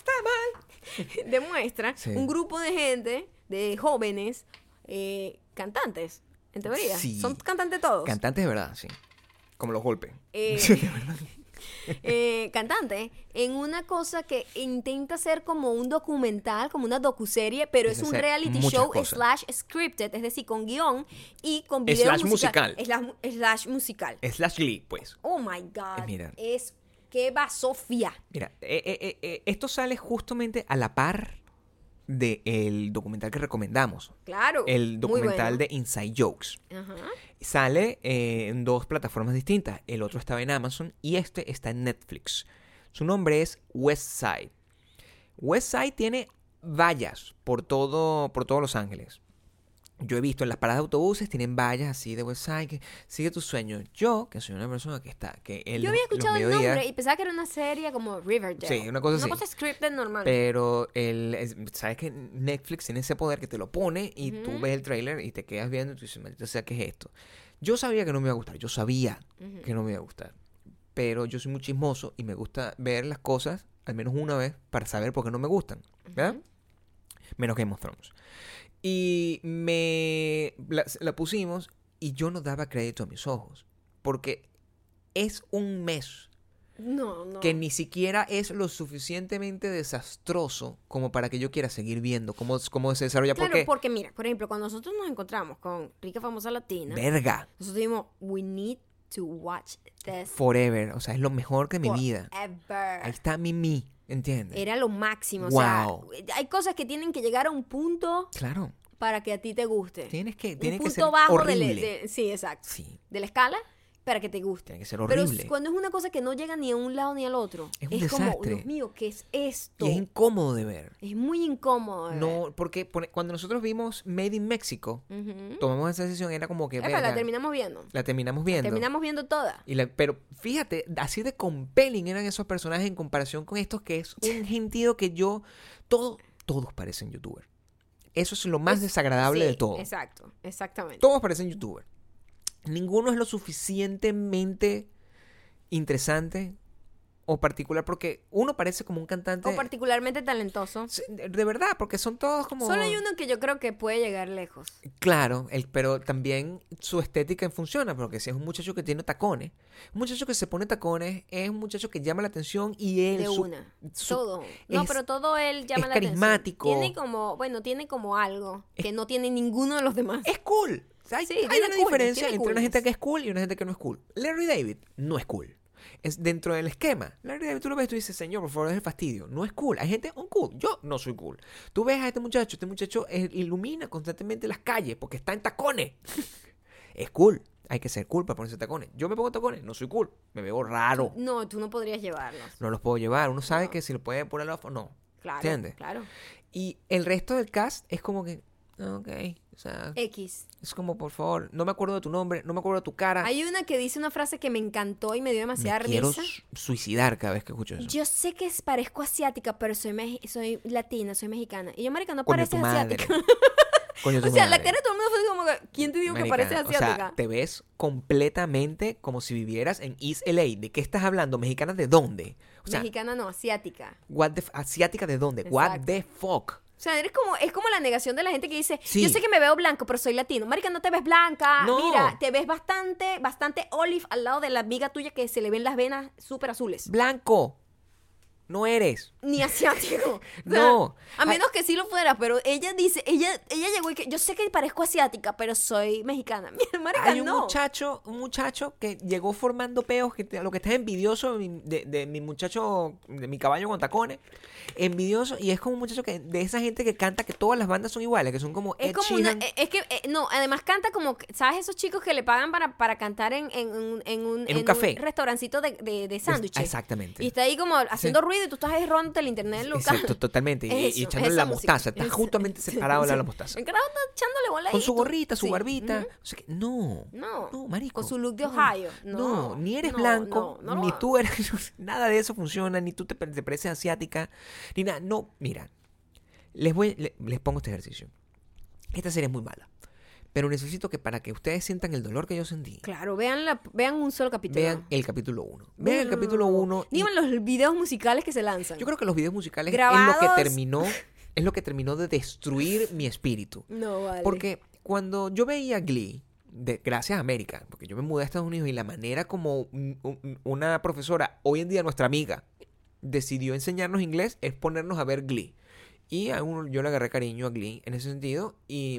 demuestra Sí. un grupo de gente, de jóvenes, eh, cantantes, en teoría. Sí. Son cantantes todos. Cantantes de verdad, sí. Como los golpes. Eh, eh, cantante en una cosa que intenta ser como un documental, como una docuserie, pero Es es un hacer reality muchas show cosas. slash scripted, es decir, con guión y con video Slash musical. Slash, slash musical. Slash Lee, pues. Oh my God. Eh, mira. Es que va Sofía. Mira, eh, eh, eh, eh, esto sale justamente a la par del documental que recomendamos. Claro. El muy documental bueno. de Inside Jokes. Ajá. Sale eh, en dos plataformas distintas. El otro estaba en Amazon y este está en Netflix. Su nombre es West Side. West Side tiene vallas por todo, por todos Los Ángeles. Yo he visto en las paradas de autobuses tienen vallas así de West Side, que sigue tu sueño. Yo, que soy una persona que está, que en Yo los- había los escuchado el mediodías- nombre y pensaba que era una serie como Riverdale. Sí, una cosa así. Una cosa scripted normal. Pero el, es- sabes que Netflix tiene ese poder que te lo pone y tú Ujú. ves el tráiler y te quedas viendo y tú dices, maldita sea, ¿qué es esto? Yo sabía que no me iba a gustar, yo sabía Ujú. que no me iba a gustar. Pero yo soy muy chismoso y me gusta ver las cosas al menos una vez para saber por qué no me gustan, ¿verdad? Ujú. Menos Game of Thrones. Y me la, la pusimos y yo no daba crédito a mis ojos. Porque es un mes No, no. que ni siquiera es lo suficientemente desastroso como para que yo quiera seguir viendo cómo, cómo se desarrolla. Claro, porque, porque mira, por ejemplo, cuando nosotros nos encontramos con Rica Famosa Latina, verga, nosotros dijimos, we need to watch this forever. O sea, es lo mejor de mi vida. forever. Ahí está Mimi, ¿entiendes? Era lo máximo. Wow. O sea, hay cosas que tienen que llegar a un punto Claro, para que a ti te guste. tienes que, un tiene que punto ser bajo del- horrible. de, sí, exacto. Sí, De la escala para que te guste. tiene que ser Pero horrible. cuando es una cosa que no llega ni a un lado ni al otro, Es un como, desastre. Dios mío, ¿qué es esto? Y es incómodo de ver. Es muy incómodo. de ver. No, porque pone- cuando nosotros vimos Made in Mexico, Ujú. tomamos esa decisión, era como que Epa, verga, la terminamos viendo. la terminamos viendo. Terminamos viendo toda. Y la- pero fíjate, así de compelling eran esos personajes en comparación con estos, que es un gentío que yo, todo, todos parecen youtubers. Eso es lo más Es- desagradable sí, de todo. Exacto, exactamente. Todos parecen youtubers. ninguno es lo suficientemente interesante o particular, porque uno parece como un cantante... O particularmente talentoso. De, de verdad, porque son todos como... Solo hay uno que yo creo que puede llegar lejos. Claro, el, pero también su estética funciona, porque si es un muchacho que tiene tacones, un muchacho que se pone tacones es un muchacho que llama la atención y él... De su, una. su- Todo. No, es- pero todo él llama es la carismático. atención. Tiene como, bueno, tiene como algo que no tiene ninguno de los demás. Es cool. O sea, hay Sí, hay tiene una cool, diferencia tiene entre una gente coolness. que es cool y una gente que no es cool. Larry David no es cool. Es dentro del esquema. Larry David, tú lo ves y tú dices, señor, por favor, es el fastidio. No es cool. Hay gente un cool. Yo no soy cool. Tú ves a este muchacho. Este muchacho eh, ilumina constantemente las calles porque está en tacones. Es cool. Hay que ser cool para ponerse tacones. Yo me pongo tacones. No soy cool. Me veo raro. No, tú no podrías llevarlos. No los puedo llevar. Uno sabe No. que si lo puede poner off o no. Claro, ¿Entiendes? claro. Y el resto del cast es como que... Ok. O sea... X. Es como, por favor, no me acuerdo de tu nombre, no me acuerdo de tu cara. Hay una que dice una frase que me encantó y me dio demasiada me quiero risa. su- suicidar cada vez que escucho eso. Yo sé que es- parezco asiática, pero soy meji- soy latina, soy mexicana. Y yo, marica, no Coño, tu pareces madre. asiática. Coño, tu O sea, la madre. cara de todo el mundo fue como que, ¿quién te dijo Marica, que pareces o sea, asiática? te ves completamente como si vivieras en East L A. ¿De qué estás hablando? ¿Mexicana de dónde? O sea, Mexicana no, asiática. what the f- ¿asiática de dónde? What Exacto. the fuck? O sea, eres como, es como la negación de la gente que dice, Sí. yo sé que me veo blanco, pero soy latino. Marica, no te ves blanca. No. Mira, te ves bastante, bastante olive al lado de la amiga tuya que se le ven las venas súper azules. Blanco. No eres. Ni asiático. O sea, No. A menos que sí lo fuera, pero ella dice, ella, ella llegó y que yo sé que parezco asiática, pero soy mexicana. Mira, marica, Hay un no. muchacho, un muchacho que llegó formando peos, que te- lo que está envidioso de, mi- de- de mi muchacho, de mi caballo con tacones, envidioso, y es como un muchacho que de esa gente que canta que todas las bandas son iguales, que son como Es Ed como una, Sheeran. es que, eh, no, además canta como, ¿sabes? Esos chicos que le pagan para, para cantar en, en, un- en un, En un café. restaurancito de, de, de sándwiches. Exactamente. Y está ahí como haciendo ruido y tú estás ahí robándote el internet local. Exacto, totalmente. Y, y Eso, echándole esa la música. mostaza. Está Eso. justamente separado de Sí. la mostaza. El carajo está echándole bola ahí. Con su tú- gorrita, su sí. barbita. Ujú. O sea que, no. No. No, marico. Con su look de no. Ohio. No. ni eres no, blanco, no, no lo ni hagas. tú eres... Nada de eso funciona, ni tú te, te pareces asiática, ni nada. No, mira. Les, voy, le- les pongo este ejercicio. Esta serie es muy mala. Pero necesito que para que ustedes sientan el dolor que yo sentí, Claro, vean, la, vean un solo capítulo. vean el capítulo uno. Vean el capítulo uno. y- Díganme los videos musicales que se lanzan. Yo creo que los videos musicales es Grabados. lo que terminó, es lo que terminó de destruir mi espíritu. No, vale. Porque cuando yo veía Glee, de, gracias a América, porque yo me mudé a Estados Unidos y la manera como un- un- una profesora, hoy en día nuestra amiga, decidió enseñarnos inglés es ponernos a ver Glee. Y a uno, yo le agarré cariño a Glee en ese sentido y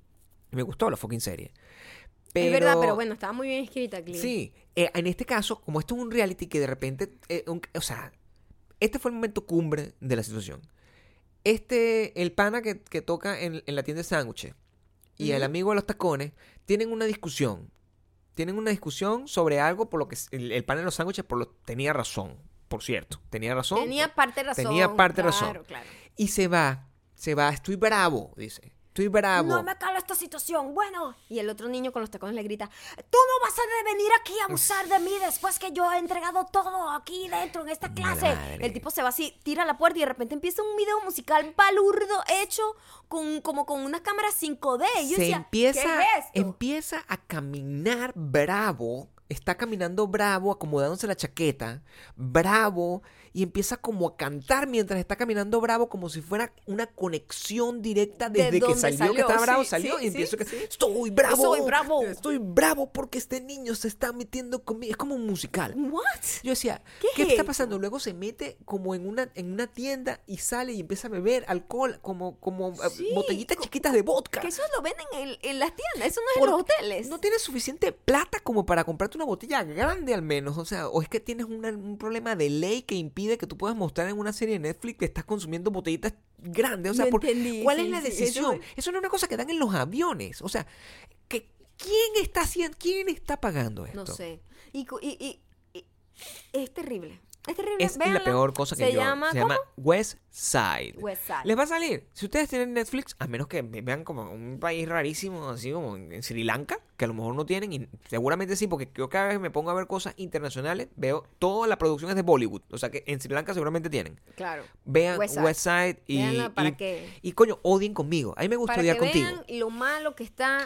me gustó la fucking serie. Pero, Es verdad, pero bueno, estaba muy bien escrita, Glee. Sí, eh, en este caso, como esto es un reality que de repente, eh, un- o sea, este fue el momento cumbre de la situación. Este, el pana que, que toca en, en la tienda de sándwiches y el Ujú. amigo de los tacones tienen una discusión. Tienen una discusión sobre algo por lo que el, el pana de los sándwiches por lo, tenía razón, por cierto. Tenía razón. Tenía parte de razón. Tenía parte de razón. Claro, claro. Y se va, se va, estoy bravo, dice. Estoy bravo. No me cala esta situación. Bueno. Y el otro niño con los tacones le grita, tú no vas a venir aquí a abusar de mí después que yo he entregado todo aquí dentro en esta clase. Madre. El tipo se va así, tira la puerta y de repente empieza un video musical palurdo hecho con, como con una cámara cinco D. Y yo se decía, empieza, ¿qué es esto? empieza a caminar bravo, está caminando bravo, acomodándose la chaqueta, bravo, y empieza como a cantar mientras está caminando bravo, como si fuera una conexión directa De desde que dónde salió, salió, que estaba bravo, sí, salió, sí, y empiezo sí, que, sí. estoy bravo, Yo soy bravo. estoy bravo porque este niño se está metiendo conmigo, es como un musical. ¿What? Yo decía, ¿Qué ¿qué, es está eso? pasando? Luego se mete como en una, en una tienda y sale y empieza a beber alcohol, como, como eh, Sí, botellitas co- chiquitas de vodka. Que eso lo venden en, en las tiendas, eso no es en Porque los hoteles. No tienes suficiente plata como para comprarte una botella grande al menos. O sea, o es que tienes una- un problema de ley que impide que tú puedas mostrar en una serie de Netflix que estás consumiendo botellitas grandes. O sea, No por- entendí, ¿cuál sí, es la sí, eso decisión? es- Eso no es una cosa que dan en los aviones. O sea, que, ¿quién está haciendo, quién está pagando esto? No sé. Y, cu- y, y- y- es terrible. Es terrible. Es Véanla. la peor cosa que Se yo. llama, se ¿cómo? llama West Side. West Side. Les va a salir. Si ustedes tienen Netflix, a menos que vean como un país rarísimo, así como en Sri Lanka, que a lo mejor no tienen, y seguramente sí, porque yo cada vez que me pongo a ver cosas internacionales, veo toda la producción es de Bollywood. O sea que en Sri Lanka seguramente tienen. Claro. Vean West West Side. Side, y, Véanla para y, que- y, coño, odien conmigo. A mí me gusta Para odiar que contigo. vean lo malo que está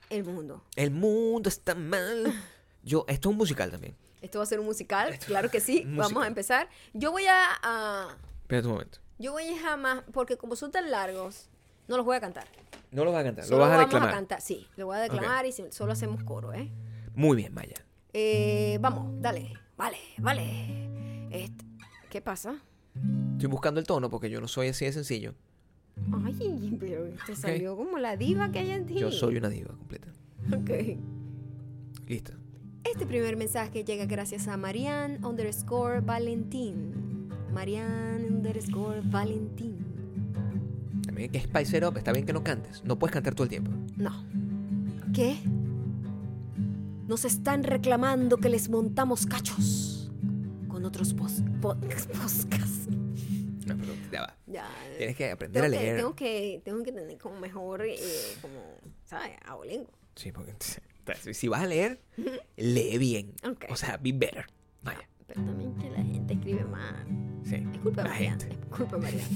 el mundo. El mundo está mal. Yo, esto es un musical también. Esto va a ser un musical, claro que sí. un Vamos musical. a empezar. Yo voy a, a- Espera un momento. yo voy a jamás, porque como son tan largos, no los voy a cantar. No lo vas a cantar, Solo lo vas a vamos declamar. a cantar, sí, lo voy a declamar y si- solo hacemos coro, ¿eh? Muy bien, Maya. Eh, Vamos, dale, vale, vale. Este, ¿qué pasa? Estoy buscando el tono porque yo no soy así de sencillo. Ay, pero te salió como la diva que hay en ti. Yo soy una diva completa. Ok. Listo. Este primer mensaje llega gracias a Marianne underscore Valentín. Marianne underscore Valentín. También que es Spice It Up, está bien que no cantes. No puedes cantar todo el tiempo. No. ¿Qué? Nos están reclamando que les montamos cachos con otros pos- podcasts. No, pero ya va. Ya. Tienes que aprender tengo a que- leer. tengo que, tengo que tener como mejor, eh, como, ¿sabes? Abolengo. Sí, porque si- si vas a leer, lee bien. Ok. O sea, be better. Vaya. Pero también que la gente escribe mal. Sí. Es culpa de La Mariana. gente. Es culpa de Mariana.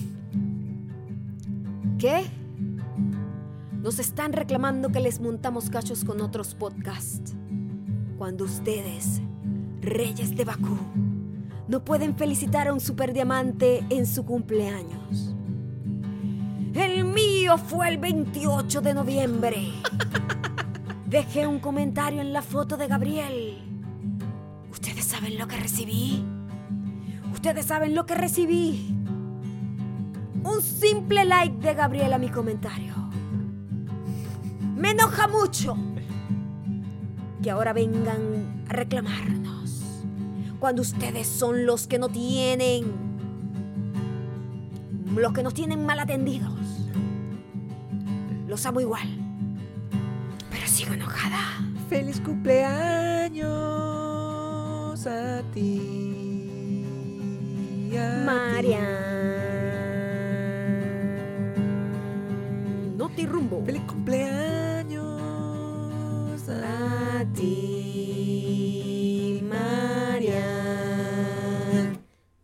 ¿Qué? Nos están reclamando que les montamos cachos con otros podcasts. Cuando ustedes, reyes de Bakú, no pueden felicitar a un superdiamante en su cumpleaños. El mío fue el veintiocho de noviembre. Dejé un comentario en la foto de Gabriel. ¿Ustedes saben lo que recibí? ¿Ustedes saben lo que recibí? Un simple like de Gabriel a mi comentario. Me enoja mucho que ahora vengan a reclamarnos cuando ustedes son los que no tienen, los que nos tienen mal atendidos. Los amo igual, pero sigo enojada. Feliz cumpleaños a ti. Marian, no te rumbo. Feliz cumpleaños A ti, Marian.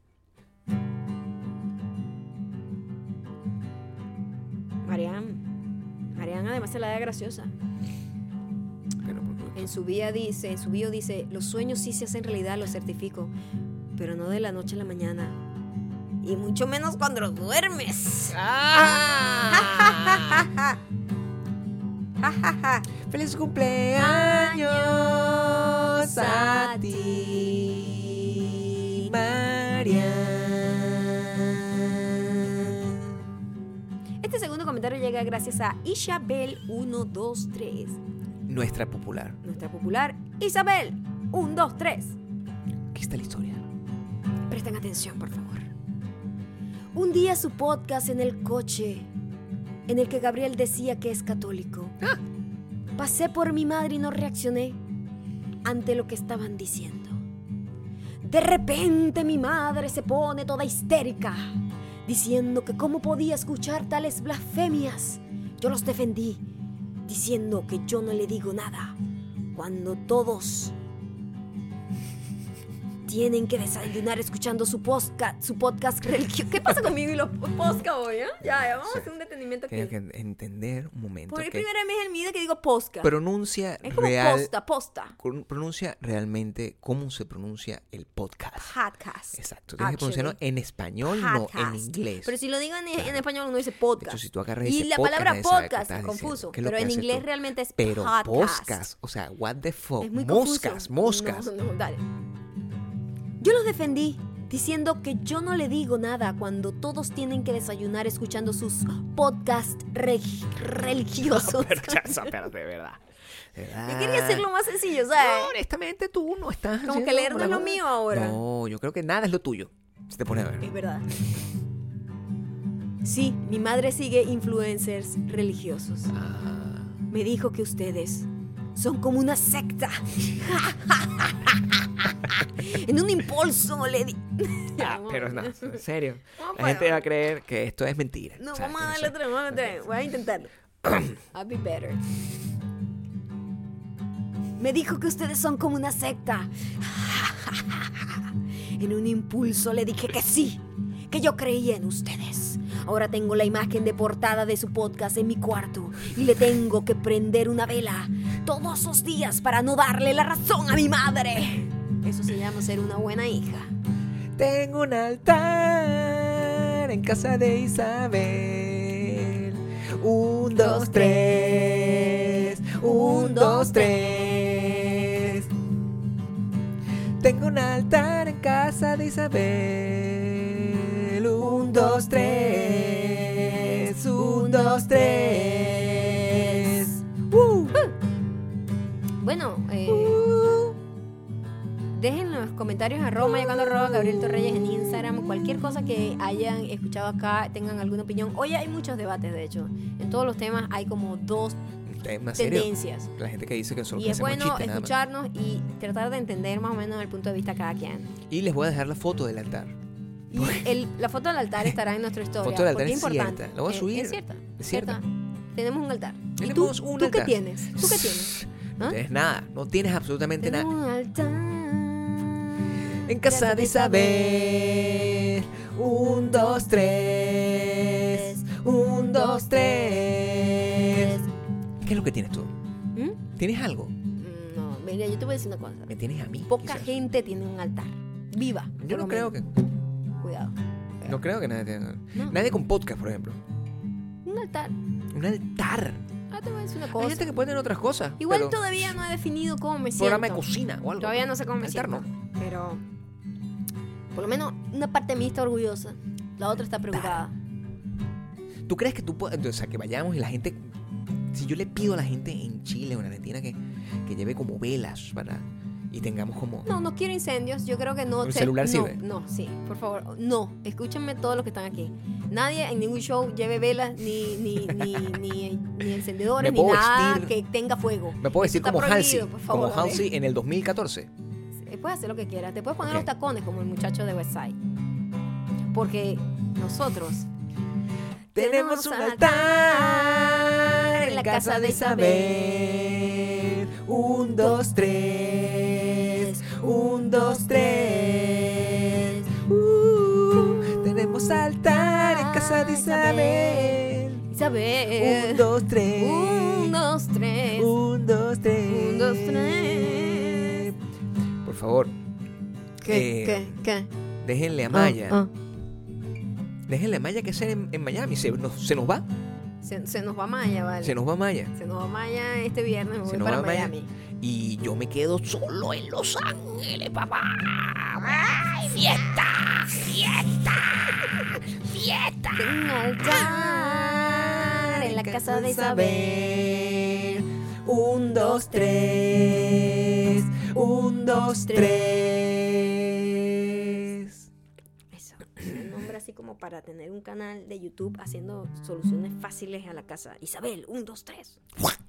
Marian, Marian además se la da graciosa. Pero, ¿por qué? En su bio dice, en su bio dice, los sueños sí se hacen realidad, lo certifico, pero no de la noche a la mañana. Y mucho menos cuando los duermes. ¡Ah! Feliz cumpleaños a ti, Marian. Este segundo comentario llega gracias a Isabel uno dos tres. Nuestra popular. Nuestra popular Isabel uno dos tres. Aquí está la historia. Presten atención, por favor. Un día su podcast en el coche, en el que Gabriel decía que es católico. Pasé por mi madre y no reaccioné ante lo que estaban diciendo. De repente mi madre se pone toda histérica, diciendo que cómo podía escuchar tales blasfemias. Yo los defendí, diciendo que yo no le digo nada, cuando todos tienen que desayunar escuchando su podcast, su podcast religioso. ¿Qué pasa conmigo y los podcast hoy? ¿eh? Ya, ya, vamos a hacer un detenimiento aquí. Tienes que entender un momento Por que primera vez en mi vida que digo podcast. pronuncia es como real, posta, posta. con- pronuncia realmente cómo se pronuncia el podcast. Podcast. Exacto, tienes que pronunciarlo Actually. en español, no en Podcast. inglés. Pero si lo digo en, en Claro. español uno dice De podcast. hecho, si tú agarras y ese la podcast, palabra nadie sabe qué podcast estás es diciendo. confuso. ¿Qué es lo Pero que en haces inglés tú? realmente es Pero podcast. podcast, o sea, what the fuck, Es muy moscas, confuso. moscas. No, no, dale. Yo los defendí diciendo que yo no le digo nada cuando todos tienen que desayunar escuchando sus podcasts re- religiosos. Pero ya, eso, pero de verdad. de verdad. Yo quería hacerlo más sencillo, ¿sabes? No, honestamente tú no estás Como haciendo que leer no la es lo cosa. mío ahora. No, yo creo que nada es lo tuyo. Se te pone a ver. Es verdad. Sí, mi madre sigue influencers religiosos. Ah, Me dijo que ustedes son como una secta. En un impulso le di... ah, pero no, en serio. No La gente puedo. va a creer que esto es mentira. No, O sea, vamos que a no darle sé. otra vez, vamos a darle otra vez. Voy a intentarlo. I'll be better. Me dijo que ustedes son como una secta. En un impulso le dije que sí, que yo creía en ustedes. Ahora tengo la imagen de portada de su podcast en mi cuarto y le tengo que prender una vela todos los días para no darle la razón a mi madre. Eso se llama ser una buena hija. Tengo un altar en casa de Isabel. Un, dos, tres. Un, dos, tres. Tengo un altar en casa de Isabel. Un, dos, tres. Un, dos, tres. Uh. Bueno, eh, Uh. dejen los comentarios a Roma llegando arroba Gabriel Torreyes en Instagram. Cualquier cosa que hayan escuchado acá, tengan alguna opinión. Hoy hay muchos debates, de hecho. En todos los temas hay como dos ¿Más serio? tendencias. La gente que dice que solo Y es hacemos bueno chistes, nada más. escucharnos y tratar de entender más o menos el punto de vista de cada quien. Y les voy a dejar la foto del altar. Y el- la foto del altar estará en nuestra historia. Foto del altar porque es importante. cierta. La voy a Eh, subir. Es cierta. Es cierta. Tenemos un altar. ¿Y tú, Tenemos un ¿tú altar. qué tienes? ¿Tú qué tienes? No ¿Ah? tienes nada. No tienes absolutamente Tenemos nada. un altar. En casa de Isabel. Un, dos, tres. Un, dos, tres. ¿Qué es lo que tienes tú? ¿Mm? ¿Tienes algo? Mm, No, mira, yo te voy a decir una cosa. ¿Me tienes a mí? Poca quizás? gente tiene un altar. Viva. Yo por no lo creo menos. que. Cuidado. No creo que nadie tenga. No. Nadie con podcast, por ejemplo. Un altar. Un altar. Ah, te voy a decir una Hay cosa. gente que puede tener otras cosas. Igual pero todavía no he definido cómo me siento. programa de cocina o algo. Todavía no sé cómo me Altar siento. no. Pero por lo menos una parte de mí está orgullosa. La otra está preocupada. ¿Tú crees que tú puedes, o sea, que vayamos y la gente, si yo le pido a la gente en Chile o en Argentina que, que lleve como velas para y tengamos como, No, no quiero incendios. Yo creo que no. ¿Un se- celular no, sirve? No, sí, por favor. No, escúchenme todos los que están aquí. Nadie en ningún show lleve velas, ni, ni, ni, ni, ni encendedores, Me ni puedo nada vestir- que tenga fuego. me puedo decir Eso está como prohibido, Halsey, por favor, como Halsey en el dos mil catorce. Eh, Puedes hacer lo que quieras. Te puedes poner Ok. los tacones como el muchacho de Westside. Porque nosotros Tenemos un altar en la casa de Isabel. Un, dos, tres. Un, dos, tres. Uh, tenemos altar en casa de Isabel. Isabel. Un, dos, tres. Un, dos, tres. Un, dos, tres. Un, dos, tres. Por favor, ¿Qué? eh, ¿Qué? ¿Qué? déjenle a Maya. Ah, ah. Déjenle a Maya que sea en, en Miami. Se nos, se nos va. Se, se nos va Maya, vale. Se nos va Maya. Se nos va Maya este viernes. Me Se voy nos para va Maya. Miami. Y yo me quedo solo en Los Ángeles, papá. ¡Ay, fiesta! ¡Fiesta! ¡Fiesta! Tengo un altar en la casa de Isabel. Un, dos, tres. Un, dos, tres. Eso. Un nombre así como para tener un canal de YouTube haciendo soluciones fáciles a la casa. Isabel, un, dos, tres.